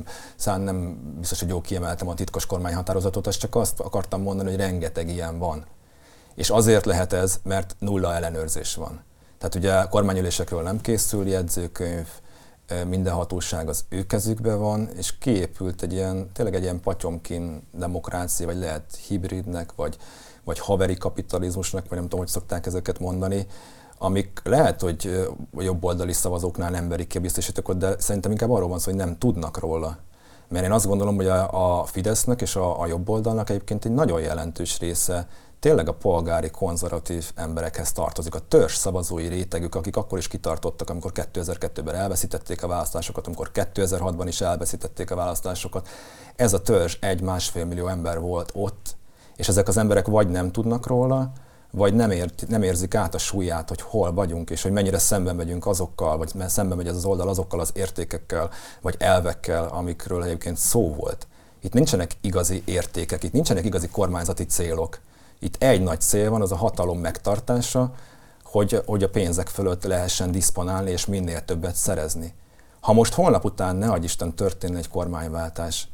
nem biztos, hogy jól kiemeltem a titkos kormányhatározatot, azt csak azt akartam mondani, hogy rengeteg ilyen van. És azért lehet ez, mert nulla ellenőrzés van. Tehát ugye kormányülésekről nem készül jegyzőkönyv, minden hatóság az ő kezükben van, és kiépült tényleg egy ilyen patyomkin demokrácia, vagy lehet hibridnek, vagy haveri kapitalizmusnak, vagy nem tudom, hogy szokták ezeket mondani, amik lehet, hogy a jobboldali szavazóknál nem verik ki a biztosítékot, de szerintem inkább arról van szó, hogy nem tudnak róla. Mert én azt gondolom, hogy a Fidesznek és a jobboldalnak egyébként egy nagyon jelentős része tényleg a polgári, konzervatív emberekhez tartozik. A törzs szavazói rétegük, akik akkor is kitartottak, amikor 2002-ben elveszítették a választásokat, amikor 2006-ban is elveszítették a választásokat. Ez a törzs 1-1,5 millió ember volt ott, és ezek az emberek vagy nem tudnak róla, vagy nem érzik át a súlyát, hogy hol vagyunk, és hogy mennyire szemben megyünk azokkal, vagy szemben megy ez az oldal azokkal az értékekkel, vagy elvekkel, amikről egyébként szó volt. Itt nincsenek igazi értékek, itt nincsenek igazi kormányzati célok. Itt egy nagy cél van, az a hatalom megtartása, hogy a pénzek fölött lehessen diszponálni, és minél többet szerezni. Ha most holnap után, ne adj Isten, történne egy kormányváltás,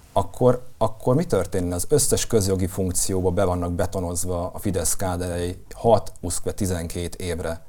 akkor mi történne? Az összes közjogi funkcióba be vannak betonozva a Fidesz káderei 6-12 évre.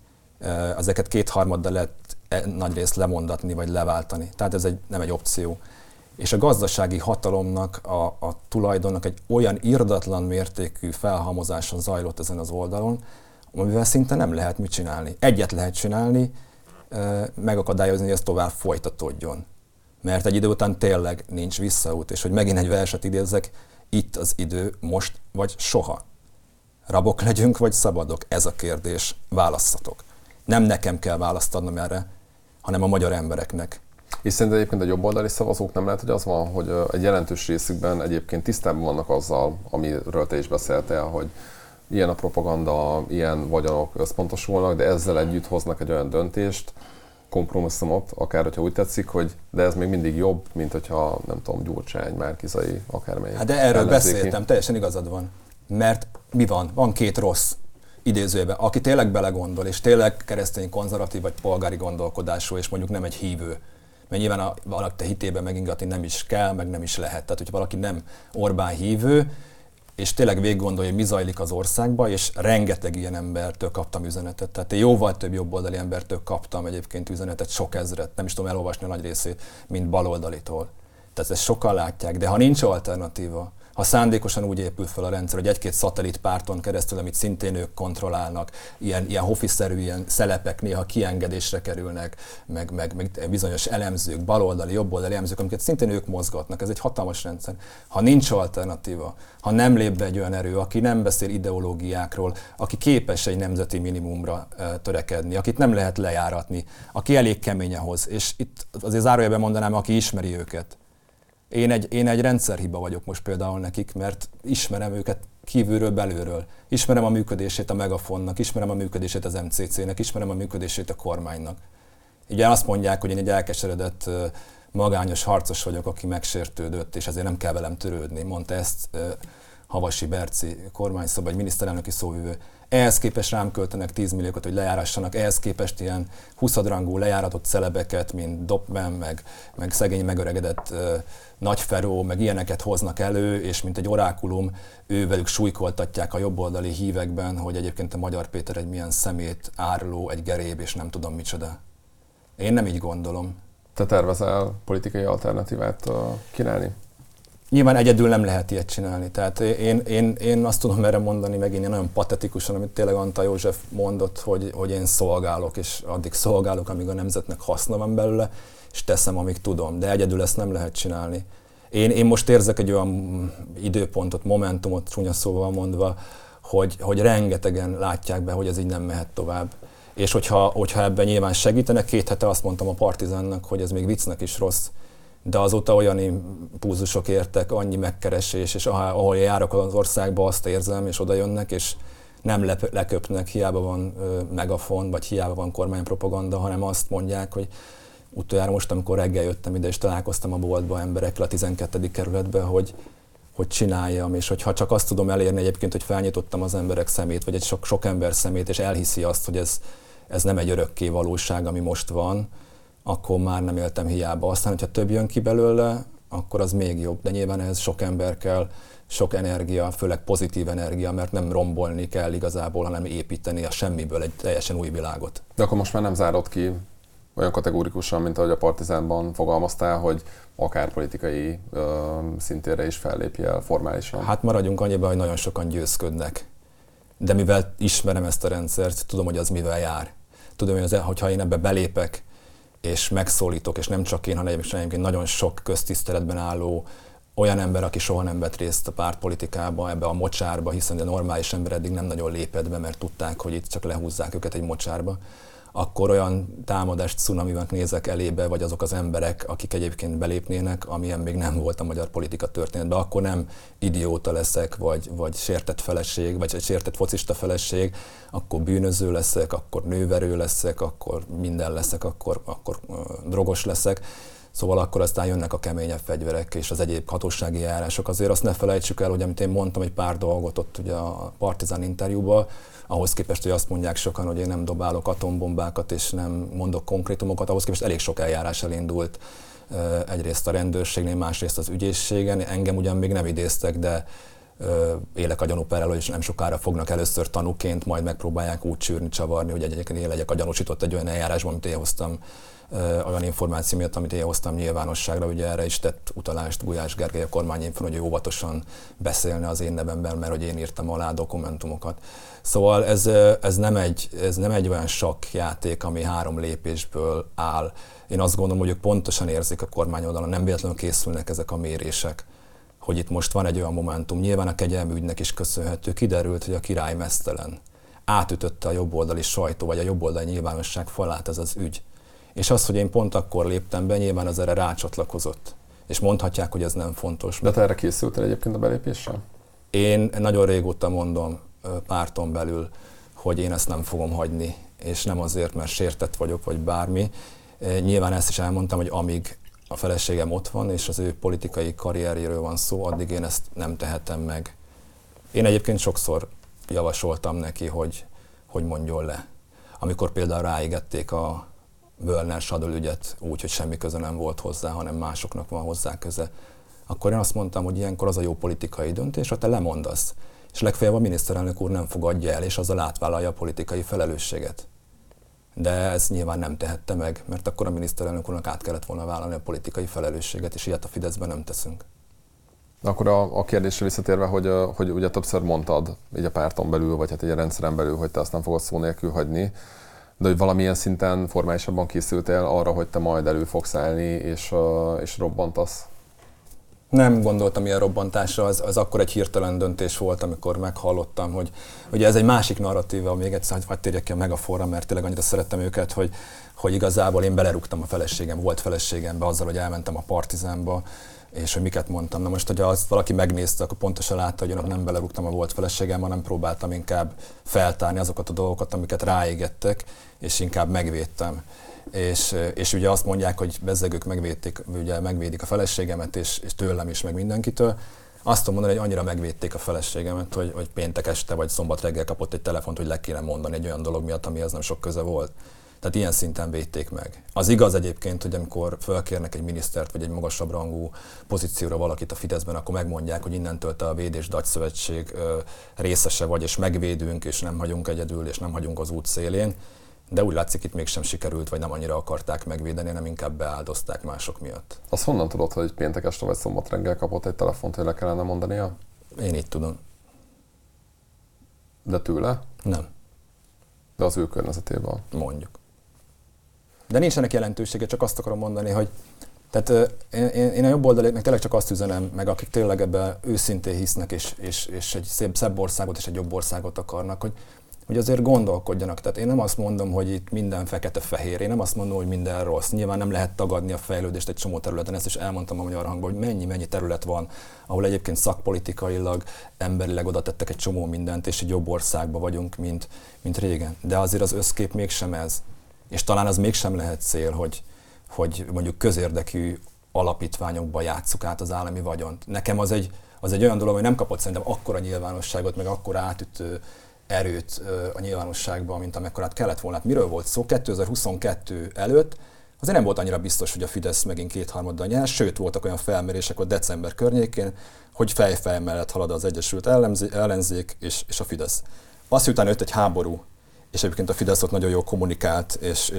Ezeket kétharmaddal lehet nagyrészt lemondatni, vagy leváltani. Tehát ez nem egy opció. És a gazdasági hatalomnak, a tulajdonnak egy olyan irdatlan mértékű felhalmozáson zajlott ezen az oldalon, amivel szinte nem lehet mit csinálni. Egyet lehet csinálni, megakadályozni, hogy ez tovább folytatódjon. Mert egy idő után tényleg nincs visszaút, és hogy megint egy verset idézzek, itt az idő, most vagy soha. Rabok legyünk, vagy szabadok? Ez a kérdés, válasszatok. Nem nekem kell választ adnom erre, hanem a magyar embereknek. És szerintem egyébként a jobboldali szavazók nem lehet, hogy az van, hogy egy jelentős részükben egyébként tisztában vannak azzal, amiről te is beszéltél, hogy ilyen a propaganda, ilyen vagyonok összpontosulnak, de ezzel együtt hoznak egy olyan döntést, kompromisszumot, akár hogyha úgy tetszik, hogy de ez még mindig jobb, mint hogyha nem tudom, Gyurcsány, Márki-Zay, akármelyik. Hát de erről beszéltem, teljesen igazad van. Mert mi van? Van két rossz idézőjében, aki tényleg belegondol, és tényleg keresztény, konzervatív vagy polgári gondolkodású, és mondjuk nem egy hívő. Mert nyilván valaki hitében megingatni nem is kell, meg nem is lehet. Tehát, hogyha valaki nem Orbán hívő, és tényleg végiggondolja, hogy mi zajlik az országban, és rengeteg ilyen embertől kaptam üzenetet. Tehát én jóval több jobboldali embertől kaptam egyébként üzenetet, sok ezret, nem is tudom elolvasni a nagy részét, mint baloldalitól. Tehát ezt sokan látják, de ha nincs alternatíva, ha szándékosan úgy épül fel a rendszer, hogy egy-két szatellit párton keresztül, amit szintén ők kontrollálnak, ilyen hofiszerű, ilyen szelepek néha kiengedésre kerülnek, meg bizonyos elemzők, baloldali, jobboldali elemzők, amiket szintén ők mozgatnak. Ez egy hatalmas rendszer. Ha nincs alternatíva, ha nem lép be egy olyan erő, aki nem beszél ideológiákról, aki képes egy nemzeti minimumra törekedni, akit nem lehet lejáratni, aki elég kemény ahhoz, és itt azért zárójelben mondanám, aki ismeri őket. Én egy rendszerhiba vagyok most például nekik, mert ismerem őket kívülről, belülről. Ismerem a működését a Megafonnak, ismerem a működését az MCC-nek, ismerem a működését a kormánynak. Ugye azt mondják, hogy én egy elkeseredett, magányos harcos vagyok, aki megsértődött, és ezért nem kell velem törődni. Mondta ezt Havasi Berci kormányszoba, egy miniszterelnöki szóvivő. Ehhez képest rám költenek 10 milliókat, hogy lejárassanak, ehhez képest ilyen 20-rangú lejáratott celebeket, mint Doppman, meg szegény megöregedett Nagy Feró, meg ilyeneket hoznak elő, és mint egy orákulum, ővelük súlykoltatják a jobboldali hívekben, hogy egyébként a Magyar Péter egy milyen szemét áruló, egy geréb, és nem tudom micsoda. Én nem így gondolom. Te tervezel politikai alternatívát kínálni? Nyilván egyedül nem lehet ilyet csinálni. Tehát én azt tudom erre mondani, megint nagyon patetikusan, amit tényleg Antal József mondott, hogy én szolgálok, és addig szolgálok, amíg a nemzetnek haszna van belőle, és teszem, amíg tudom. De egyedül ezt nem lehet csinálni. Én most érzek egy olyan időpontot, momentumot, csúnya szóval mondva, hogy rengetegen látják be, hogy ez így nem mehet tovább. És hogyha ebben nyilván segítenek, 2 hete azt mondtam a Partizánnak, hogy ez még viccnek is rossz, de azóta olyan impulzusok értek, annyi megkeresés, és ahol járok az országba, azt érzem, és oda jönnek, és nem leköpnek, hiába van megafon, vagy hiába van kormánypropaganda, hanem azt mondják, hogy utoljára most, amikor reggel jöttem ide, és találkoztam a boltba emberekkel a 12. kerületben, hogy csináljam, és hogyha csak azt tudom elérni egyébként, hogy felnyitottam az emberek szemét, vagy egy sok ember szemét, és elhiszi azt, hogy ez nem egy örökké valóság, ami most van, akkor már nem éltem hiába. Aztán, hogyha több jön ki belőle, akkor az még jobb. De nyilván ehhez sok ember kell, sok energia, főleg pozitív energia, mert nem rombolni kell igazából, hanem építeni a semmiből egy teljesen új világot. De akkor most már nem zárod ki olyan kategórikusan, mint ahogy a Partizánban fogalmaztál, hogy akár politikai szintére is fellépjél formálisan? Hát maradjunk annyiban, hogy nagyon sokan győzködnek. De mivel ismerem ezt a rendszert, tudom, hogy az mivel jár. Tudom, hogy hogyha én ebbe belépek, és megszólítok, és nem csak én, hanem egyébként nagyon sok köztiszteletben álló olyan ember, aki soha nem vett részt a pártpolitikában, ebbe a mocsárba, hiszen a normális ember eddig nem nagyon lépett be, mert tudták, hogy itt csak lehúzzák őket egy mocsárba, akkor olyan támadást, cunamival nézek elébe, vagy azok az emberek, akik egyébként belépnének, amilyen még nem volt a magyar politika történetben, akkor nem idióta leszek, vagy sértett feleség, vagy egy sértett focista feleség, akkor bűnöző leszek, akkor nőverő leszek, akkor minden leszek, akkor drogos leszek. Szóval akkor aztán jönnek a keményebb fegyverek és az egyéb hatósági járások. Azért azt ne felejtsük el, hogy amit én mondtam egy pár dolgot ott ugye a Partizán interjúban, ahhoz képest, hogy azt mondják sokan, hogy én nem dobálok atombombákat és nem mondok konkrétumokat, ahhoz képest elég sok eljárás elindult. Egyrészt a rendőrségnél, másrészt az ügyészségen. Engem ugyan még nem idéztek, de élek a gyanúperrel, és nem sokára fognak először tanúként, majd megpróbálják úgy csűrni, csavarni, hogy egyébként én legyek a gyanúsított egy olyan eljárásban, amit én hoztam, olyan információ miatt, amit én hoztam nyilvánosságra, ugye erre is tett utalást Gulyás Gergely a kormányinfon, hogy óvatosan beszélne az én nevemben, mert hogy én írtam alá dokumentumokat. Szóval ez nem egy olyan sakkjáték, ami 3 lépésből áll. Én azt gondolom, hogy ők pontosan érzik a kormány oldalon, nem véletlenül készülnek ezek a mérések, hogy itt most van egy olyan momentum. Nyilván a kegyelmi ügynek is köszönhető. Kiderült, hogy a király meztelen. Átütötte a jobboldali sajtó, vagy a jobboldali nyilvánosság falát ez az ügy. És az, hogy én pont akkor léptem be, nyilván az erre rácsatlakozott. És mondhatják, hogy ez nem fontos. De te erre készültél egyébként a belépéssel? Én nagyon régóta mondom párton belül, hogy én ezt nem fogom hagyni. És nem azért, mert sértett vagyok, vagy bármi. Nyilván ezt is elmondtam, hogy amíg a feleségem ott van, és az ő politikai karrierjéről van szó, addig én ezt nem tehetem meg. Én egyébként sokszor javasoltam neki, hogy mondjon le. Amikor például ráégették a Völner Sadol ügyet úgy, hogy semmi köze nem volt hozzá, hanem másoknak van hozzá köze, akkor én azt mondtam, hogy ilyenkor az a jó politikai döntés, ha te lemondasz, és legfeljebb a miniszterelnök úr nem fogadja el, és azzal átvállalja a politikai felelősséget. De ezt nyilván nem tehette meg, mert akkor a miniszterelnök úrnak át kellett volna vállalni a politikai felelősséget, és ilyet a Fideszben nem teszünk. Akkor a kérdésre visszatérve, hogy ugye többször mondtad így a párton belül, vagy hát egy a rendszeren belül, hogy te azt nem fogod szó nélkül hagyni, de hogy valamilyen szinten formálisabban készültél arra, hogy te majd elő fogsz állni és robbantasz? Nem gondoltam ilyen robbantásra, az akkor egy hirtelen döntés volt, amikor meghallottam, hogy ugye ez egy másik narratíva, még egyszer hadd térjek ki a Megafonra, mert tényleg annyira szerettem őket, hogy igazából én belerúgtam a feleségem, volt feleségembe azzal, hogy elmentem a Partizánba, és hogy miket mondtam. Na most, hogyha azt valaki megnézte, akkor pontosan látta, hogy én nem belerúgtam a volt feleségem, hanem próbáltam inkább feltárni azokat a dolgokat, amiket ráégettek, és inkább megvédtem. És ugye azt mondják, hogy bezzegők megvédik a feleségemet, és tőlem is, meg mindenkitől. Azt tudom mondani, hogy annyira megvédték a feleségemet, hogy péntek este vagy szombat reggel kapott egy telefont, hogy le kéne mondani egy olyan dolog miatt, amihez nem sok köze volt. Tehát ilyen szinten védték meg. Az igaz egyébként, hogy amikor fölkérnek egy minisztert, vagy egy magasabb rangú pozícióra valakit a Fideszben, akkor megmondják, hogy innentől te a Véd és Dagy Szövetség részese vagy, és megvédünk, és nem hagyunk egyedül, és nem hagyunk az út szélén. De úgy látszik, itt mégsem sikerült, vagy nem annyira akarták megvédeni, hanem inkább beáldozták mások miatt. Azt honnan tudod, hogy péntek este vagy szombat reggel kapott egy telefont, hogy le kellene mondania? Én így tudom. De tőle? Nem. De az ő környezetében? Mondjuk. De nincsenek jelentősége, csak azt akarom mondani, hogy tehát én a jobb oldaléknek tényleg csak azt üzenem meg, akik tényleg ebben őszintén hisznek, és egy szebb országot és egy jobb országot akarnak, hogy azért gondolkodjanak. Tehát én nem azt mondom, hogy itt minden fekete-fehér, én nem azt mondom, hogy minden rossz. Nyilván nem lehet tagadni a fejlődést egy csomó területen, ezt is elmondtam a Magyar Hangban, hogy mennyi terület van, ahol egyébként szakpolitikailag, emberileg oda tettek egy csomó mindent, és egy jobb országban vagyunk, mint régen. De azért az összkép mégsem ez. És talán az mégsem lehet cél, hogy mondjuk közérdekű alapítványokba játsszuk át az állami vagyont. Nekem az egy olyan dolog, hogy nem kapott szerintem akkora nyilvánosságot, meg akkora átütő erőt a nyilvánosságban, mint amekkorát kellett volna. Hát miről volt szó? 2022 előtt azért nem volt annyira biztos, hogy a Fidesz megint kétharmaddal nyer, sőt voltak olyan felmérések ott december környékén, hogy fej mellett halad az Egyesült Ellenzék és a Fidesz. Azt, hogy utána jött egy háború, és egyébként a Fidesz ott nagyon jól kommunikált,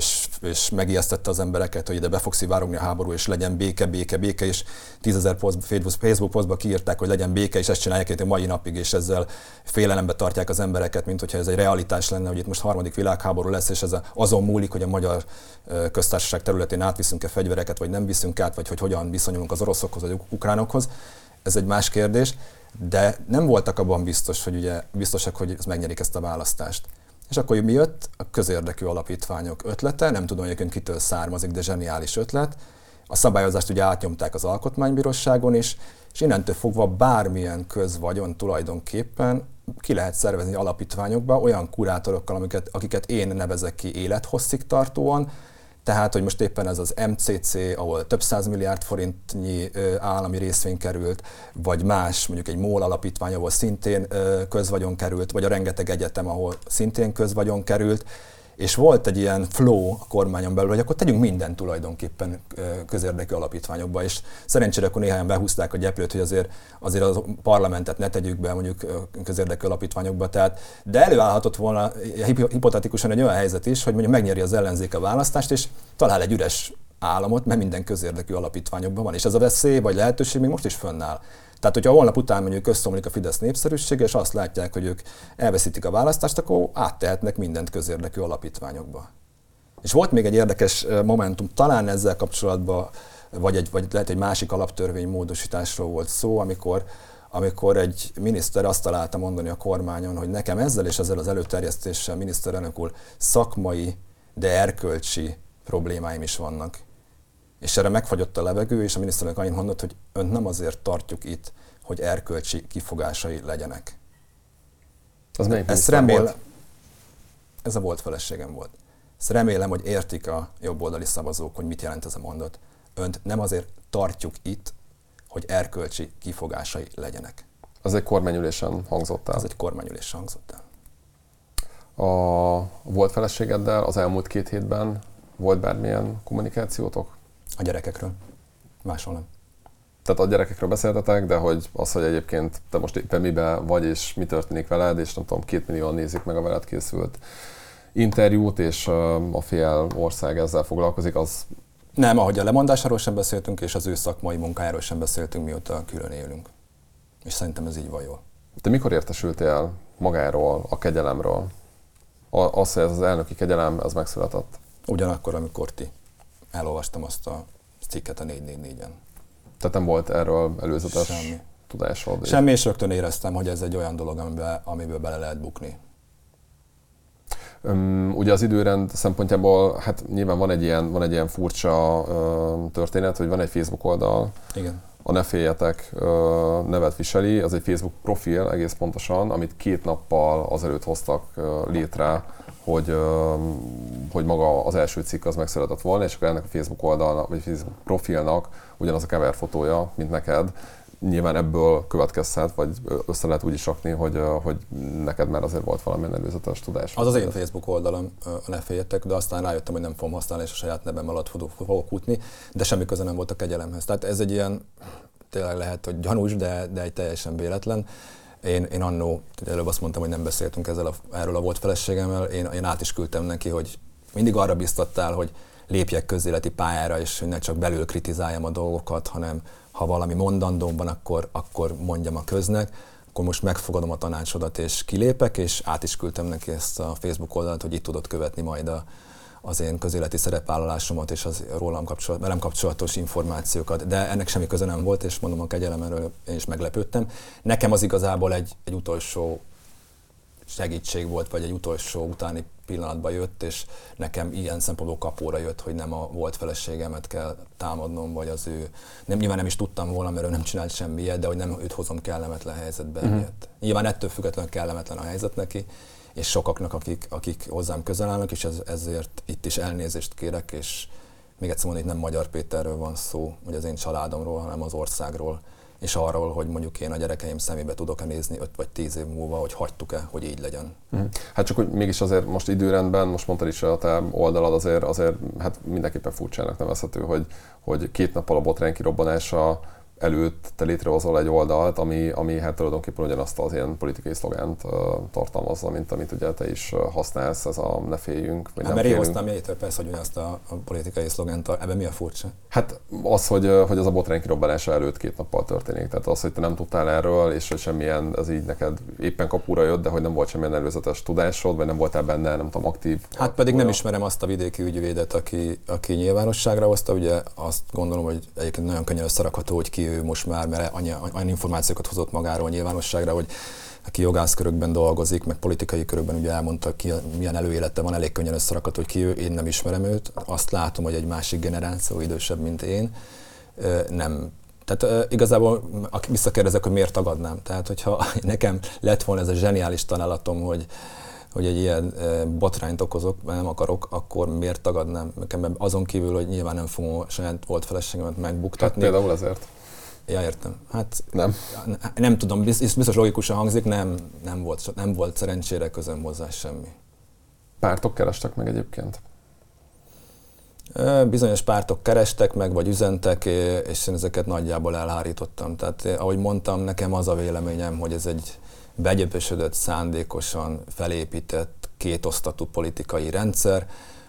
és megijesztette az embereket, hogy ide be fog szivárogni a háború, és legyen béke, és 10 000 Facebook posztba kiírták, hogy legyen béke, és ezt csinálják itt a mai napig, és ezzel félelembe tartják az embereket, mint hogyha ez egy realitás lenne, hogy itt most harmadik világháború lesz, és ez azon múlik, hogy a magyar köztársaság területén átviszünk-e fegyvereket, vagy nem viszünk át, vagy hogy hogyan viszonyulunk az oroszokhoz, vagy ukránokhoz. Ez egy más kérdés, de nem voltak abban biztosak, hogy megnyerik ezt a választást. És akkor mi jött? A közérdekű alapítványok ötlete, nem tudom, hogy kitől származik, de zseniális ötlet. A szabályozást ugye átnyomták az Alkotmánybíróságon is, és innentől fogva bármilyen közvagyon tulajdonképpen ki lehet szervezni alapítványokba olyan kurátorokkal, akiket én nevezek ki élethosszig tartóan, tehát, hogy most éppen ez az MCC, ahol több 100 milliárd forintnyi állami részvény került, vagy más, mondjuk egy MOL alapítvány, ahol szintén közvagyon került, vagy a rengeteg egyetem, ahol szintén közvagyon került, és volt egy ilyen flow a kormányon belül, hogy akkor tegyünk mindent tulajdonképpen közérdekű alapítványokba, és szerencsére akkor néhányan behúzták a gyeplőt, hogy azért a parlamentet ne tegyük be mondjuk közérdekű alapítványokba, de előállhatott volna hipotetikusan egy olyan helyzet is, hogy mondjuk megnyeri az ellenzék a választást, és talál egy üres államot, mert minden közérdekű alapítványokban van, és ez a veszély vagy lehetőség még most is fönnáll. Tehát, hogyha holnap után mondjuk összeomlik a Fidesz népszerűsége, és azt látják, hogy ők elveszítik a választást, akkor áttehetnek mindent közérdekű alapítványokba. És volt még egy érdekes momentum, talán ezzel kapcsolatban, vagy lehet egy másik alaptörvény módosításról volt szó, amikor egy miniszter azt találta mondani a kormányon, hogy nekem ezzel és ezzel az előterjesztéssel, miniszterelnök úr, szakmai, de erkölcsi problémáim is vannak. És erre megfagyott a levegő, és a miniszterelnök annyit mondott, hogy önt nem azért tartjuk itt, hogy erkölcsi kifogásai legyenek. Az melyik ezt remélem, volt? Ez a volt feleségem volt. Ezt remélem, hogy értik a jobboldali szavazók, hogy mit jelent ez a mondat. Önt nem azért tartjuk itt, hogy erkölcsi kifogásai legyenek. Az egy kormányülésen hangzott el. Ez egy kormányülésen hangzott el. A volt feleségeddel az elmúlt 2 hétben volt bármilyen kommunikációtok? A gyerekekről. Máshol nem. Tehát a gyerekekről beszéltetek, de hogy egyébként te most éppen miben vagy, és mi történik veled, és nem tudom, 2 millióan nézik meg a veled készült interjút, és a fél ország ezzel foglalkozik, az... Nem, ahogy a lemondásáról sem beszéltünk, és az ő szakmai munkájáról sem beszéltünk, mióta külön élünk. És szerintem ez így van jól. Te mikor értesültél magáról, a kegyelemről? Az, hogy ez az elnöki kegyelem, ez megszületett? Ugyanakkor, amikor ti. Elolvastam azt a cikket a 444-en. Tehát nem volt erről előzetes tudásod? Semmi, és rögtön éreztem, hogy ez egy olyan dolog, amiből bele lehet bukni. Ugye az időrend szempontjából, hát nyilván van egy ilyen furcsa történet, hogy van egy Facebook oldal, igen. A Ne féljetek nevet viseli, az egy Facebook profil egész pontosan, amit 2 nappal azelőtt hoztak létre, hogy maga az első cikk az megszületett volna, és akkor ennek a Facebook oldalnak, vagy Facebook profilnak ugyanaz a cover fotója, mint neked. Nyilván ebből következhet, vagy össze lehet úgy is rakni, hogy neked már azért volt valamilyen előzetes tudás. Az én Facebook oldalam, Ne féljetek, de aztán rájöttem, hogy nem fogom használni, és a saját nevem alatt fogok futni, de semmi köze nem volt a kegyelemhez. Tehát ez egy ilyen, tényleg lehet, hogy gyanús, de egy teljesen véletlen. Én annó, előbb azt mondtam, hogy nem beszéltünk erről a volt feleségemmel, én át is küldtem neki, hogy mindig arra biztattál, hogy lépjek közéleti pályára, és hogy ne csak belül kritizáljam a dolgokat, hanem ha valami mondandóm van, akkor mondjam a köznek, akkor most megfogadom a tanácsodat és kilépek, és át is küldtem neki ezt a Facebook oldalt, hogy itt tudod követni majd az én közéleti szerepvállalásomat és az velem kapcsolatos információkat. De ennek semmi köze nem volt, és mondom, a kegyelemről én is meglepődtem. Nekem az igazából egy utolsó segítség volt, vagy egy utolsó utáni pillanatban jött, és nekem ilyen szempontból kapóra jött, hogy nem a volt feleségemet kell támadnom, vagy az ő... Nyilván nem is tudtam volna, mert ő nem csinált semmi ilyet, de hogy nem őt hozom kellemetlen helyzetbe. Nyilván ettől függetlenül kellemetlen a helyzet neki, és sokaknak, akik hozzám közel állnak, és ezért itt is elnézést kérek, és még egyszer mondom, itt nem Magyar Péterről van szó, vagy az én családomról, hanem az országról, és arról, hogy mondjuk én a gyerekeim szemébe tudok-e nézni 5 vagy 10 év múlva, hogy hagytuk-e, hogy így legyen. Hát csak hogy mégis azért most időrendben, most mondtad is, hogy a te oldalad azért hát mindenképpen furcsának nevezhető, hogy 2 nappal a botrány kirobbanása előtt te létrehozol egy oldalt, ami hát tulajdonképpen ugyanazt az ilyen politikai szlogánt tartalmazza, mint amit ugye te is használsz, ez a ne féljünk, vagy nem mert félünk. én hoztam jegytől persze, hogy ugyanazt a politikai szlogánt, ebben mi a furcsa? Hát az, hogy az a botrány kirobbanása előtt 2 nappal történik. Tehát az, hogy te nem tudtál erről, és hogy semmilyen, ez így neked éppen kapura jött, de hogy nem volt semmilyen előzetes tudásod, vagy nem voltál benne, nem tudom, aktív. Hát pedig nem ismerem azt a vidéki ügyvédet, aki nyilvánosságra hozta, ugye azt gondolom, hogy egyébként nagyon könnyen összerakható, hogy ki ő most már, mert annyi információkat hozott magáról nyilvánosságra, hogy aki jogászkörökben dolgozik, meg politikai körökben ugye elmondta, ki milyen előélete van, elég könnyen összerakható, hogy ki ő, én nem ismerem őt, azt látom, hogy egy másik generáció idősebb, mint én, nem. Tehát igazából visszakérdezek, hogy miért tagadnám. Tehát, hogyha nekem lett volna ez a zseniális tanálatom, hogy egy ilyen botrányt okozok, mert nem akarok, akkor miért tagadnám? Nekem azon kívül, hogy nyilván nem fogom saját volt feleségemet megbuktatni. Hát például ezért? Ja, értem. Hát nem tudom, biztos logikusan hangzik, nem volt szerencsére közöm hozzá semmi. Pártok kerestek meg egyébként? Bizonyos pártok kerestek meg, vagy üzentek, és én ezeket nagyjából elhárítottam. Tehát ahogy mondtam, nekem az a véleményem, hogy ez egy begyöpösödött, szándékosan felépített, kétosztatú politikai rendszer,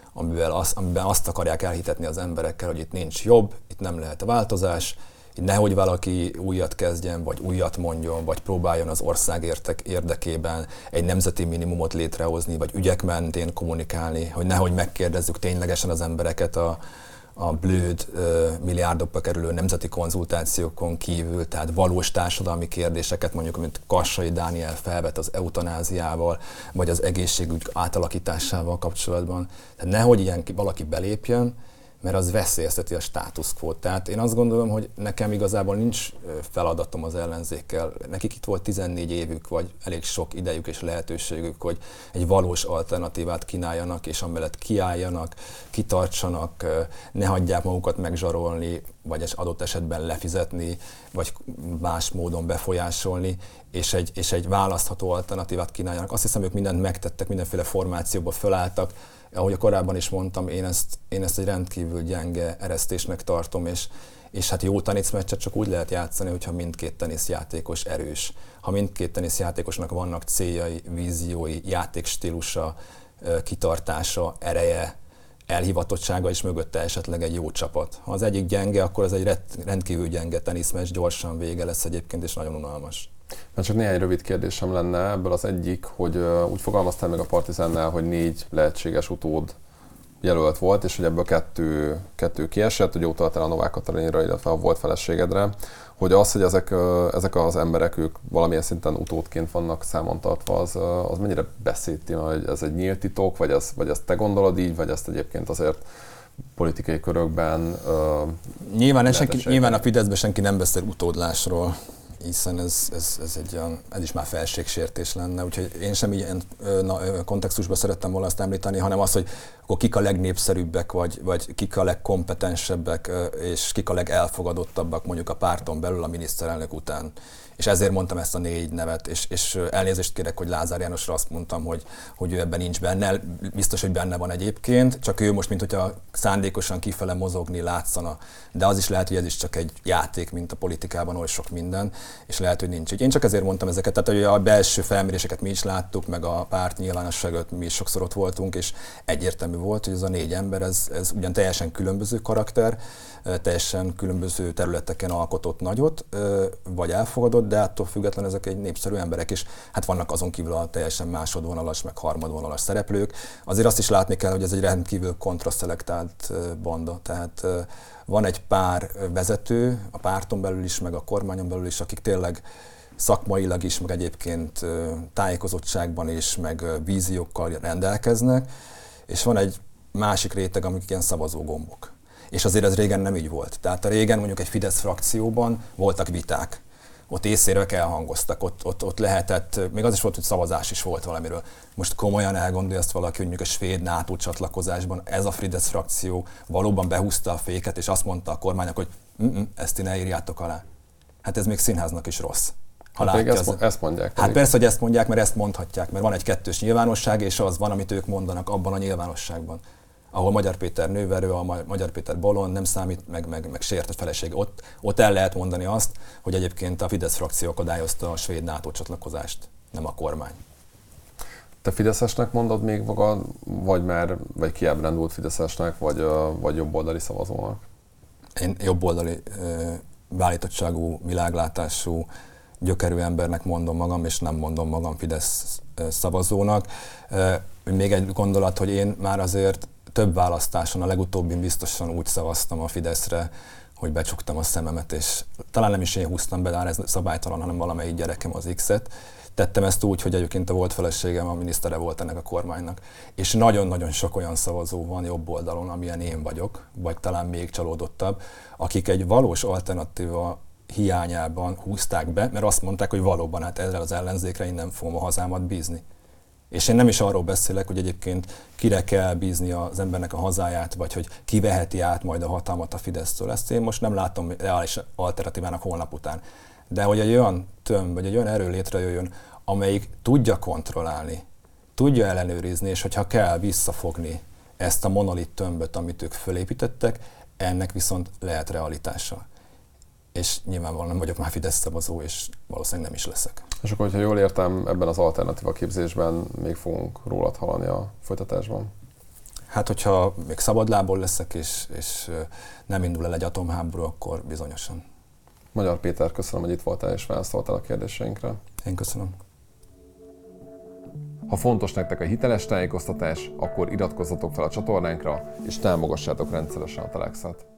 amiben azt akarják elhitetni az emberekkel, hogy itt nincs jobb, itt nem lehet változás, nehogy valaki újat kezdjen, vagy újat mondjon, vagy próbáljon az ország érdekében egy nemzeti minimumot létrehozni, vagy ügyek mentén kommunikálni, hogy nehogy megkérdezzük ténylegesen az embereket a blőd milliárdokba kerülő nemzeti konzultációkon kívül, tehát valós társadalmi kérdéseket, mondjuk, mint Kassai Dániel felvet az eutanáziával, vagy az egészségügy átalakításával kapcsolatban. Tehát nehogy valaki belépjen, mert az veszélyezteti a status quo-t. Tehát én azt gondolom, hogy nekem igazából nincs feladatom az ellenzékkel. Nekik itt volt 14 évük, vagy elég sok idejük és lehetőségük, hogy egy valós alternatívát kínáljanak, és amellett kiálljanak, kitartsanak, ne hagyják magukat megzsarolni, vagy egy adott esetben lefizetni, vagy más módon befolyásolni, és egy választható alternatívát kínáljanak. Azt hiszem, ők mindent megtettek, mindenféle formációba fölálltak. Ahogy korábban is mondtam, én ezt egy rendkívül gyenge eresztésnek tartom, és hát jó teniszmeccset csak úgy lehet játszani, hogyha mindkét teniszjátékos erős. Ha mindkét teniszjátékosnak vannak céljai, víziói, játékstílusa, kitartása, ereje, elhivatottsága, és mögötte esetleg egy jó csapat. Ha az egyik gyenge, akkor az egy rendkívül gyenge teniszmeccs, gyorsan vége lesz egyébként, és nagyon unalmas. Mert csak néhány rövid kérdésem lenne, ebből az egyik, hogy úgy fogalmaztál meg a Partizánnál, hogy 4 lehetséges utód jelölt volt, és hogy ebből kettő kiesett, hogy utaltál a Novák Katalinra, illetve a volt feleségedre, hogy az, hogy ezek az emberek, ők valamilyen szinten utódként vannak számon tartva, az mennyire beszédtéma, hogy ez egy nyílt titok, vagy ezt te gondolod így, vagy ezt egyébként azért politikai körökben... Nyilván a Fideszben senki nem beszél utódlásról, hiszen ez is már felségsértés lenne, úgyhogy én sem ilyen kontextusban szerettem volna azt említeni, hanem az, hogy akkor kik a legnépszerűbbek, vagy kik a legkompetensebbek, és kik a legelfogadottabbak mondjuk a párton belül a miniszterelnök után. És ezért mondtam ezt a 4 nevet, és elnézést kérek, hogy Lázár Jánosra azt mondtam, hogy ő ebben nincs benne. Biztos, hogy benne van egyébként, csak ő most, mint hogyha szándékosan kifele mozogni látszana. De az is lehet, hogy ez is csak egy játék, mint a politikában oly sok minden, és lehet, hogy nincs. Én csak ezért mondtam ezeket, tehát hogy a belső felméréseket mi is láttuk, meg a párt nyilvánosságot mi is sokszor ott voltunk, és egyértelmű volt, hogy ez a 4 ember, ez ugyan teljesen különböző karakter, teljesen különböző területeken alkotott nagyot, vagy elfogadott, de attól függetlenül ezek egy népszerű emberek, és hát vannak azon kívül a teljesen másodvonalas, meg harmadvonalas szereplők. Azért azt is látni kell, hogy ez egy rendkívül kontraszelektált banda, tehát van egy pár vezető, a párton belül is, meg a kormányon belül is, akik tényleg szakmailag is, meg egyébként tájékozottságban is, meg víziókkal rendelkeznek, és van egy másik réteg, amik ilyen szavazógombok. És azért ez régen nem így volt. Tehát a régen mondjuk egy Fidesz frakcióban voltak viták. Ott észérvek elhangoztak, ott lehetett, még az is volt, hogy szavazás is volt valamiről. Most komolyan elgondolja azt valaki, hogy mondjuk a svéd NATO csatlakozásban ez a Fidesz frakció valóban behúzta a féket, és azt mondta a kormánynak, hogy ezt ti ne írjátok alá. Hát ez még színháznak is rossz. Ha hát ezt mondják. Hát persze, hogy ezt mondják, mert ezt mondhatják, mert van egy kettős nyilvánosság, és az van, amit ők mondanak abban a nyilvánosságban. Ahol Magyar Péter nőverő, a Magyar Péter bolond, nem számít, meg sértett feleség. Ott el lehet mondani azt, hogy egyébként a Fidesz frakció akadályozta a svéd NATO csatlakozást, nem a kormány. Te fideszesnek mondod még magad, vagy kiábrándult fideszesnek, vagy jobboldali szavazónak? Én jobboldali beállítottságú, világlátású, gyökerű embernek mondom magam, és nem mondom magam Fidesz szavazónak. Még egy gondolat, hogy én már azért több választáson, a legutóbbin biztosan úgy szavaztam a Fideszre, hogy becsuktam a szememet, és talán nem is én húztam be, de ez szabálytalan, hanem valamelyik gyerekem az X-et. Tettem ezt úgy, hogy egyébként a volt feleségem a minisztere volt ennek a kormánynak. És nagyon-nagyon sok olyan szavazó van jobb oldalon, amilyen én vagyok, vagy talán még csalódottabb, akik egy valós alternatíva hiányában húzták be, mert azt mondták, hogy valóban hát ezzel az ellenzékre én nem fogom a hazámat bízni. És én nem is arról beszélek, hogy egyébként kire kell bízni az embernek a hazáját, vagy hogy ki veheti át majd a hatalmat a Fidesztől. Ezt én most nem látom reális alternatívának holnap után. De hogy egy olyan tömb, vagy egy olyan erő létrejöjjön, amelyik tudja kontrollálni, tudja ellenőrizni, és hogyha kell visszafogni ezt a monolit tömböt, amit ők fölépítettek, ennek viszont lehet realitása. És nyilvánvalóan nem vagyok már Fidesz szavazó, és valószínűleg nem is leszek. És akkor, hogyha jól értem, ebben az alternatíva képzésben még fogunk rólad hallani a folytatásban? Hát, hogyha még szabadlából leszek, és nem indul el egy atomháború, akkor bizonyosan. Magyar Péter, köszönöm, hogy itt voltál és válaszoltál a kérdéseinkre. Én köszönöm. Ha fontos nektek a hiteles tájékoztatás, akkor iratkozzatok fel a csatornánkra, és támogassátok rendszeresen a Telexet.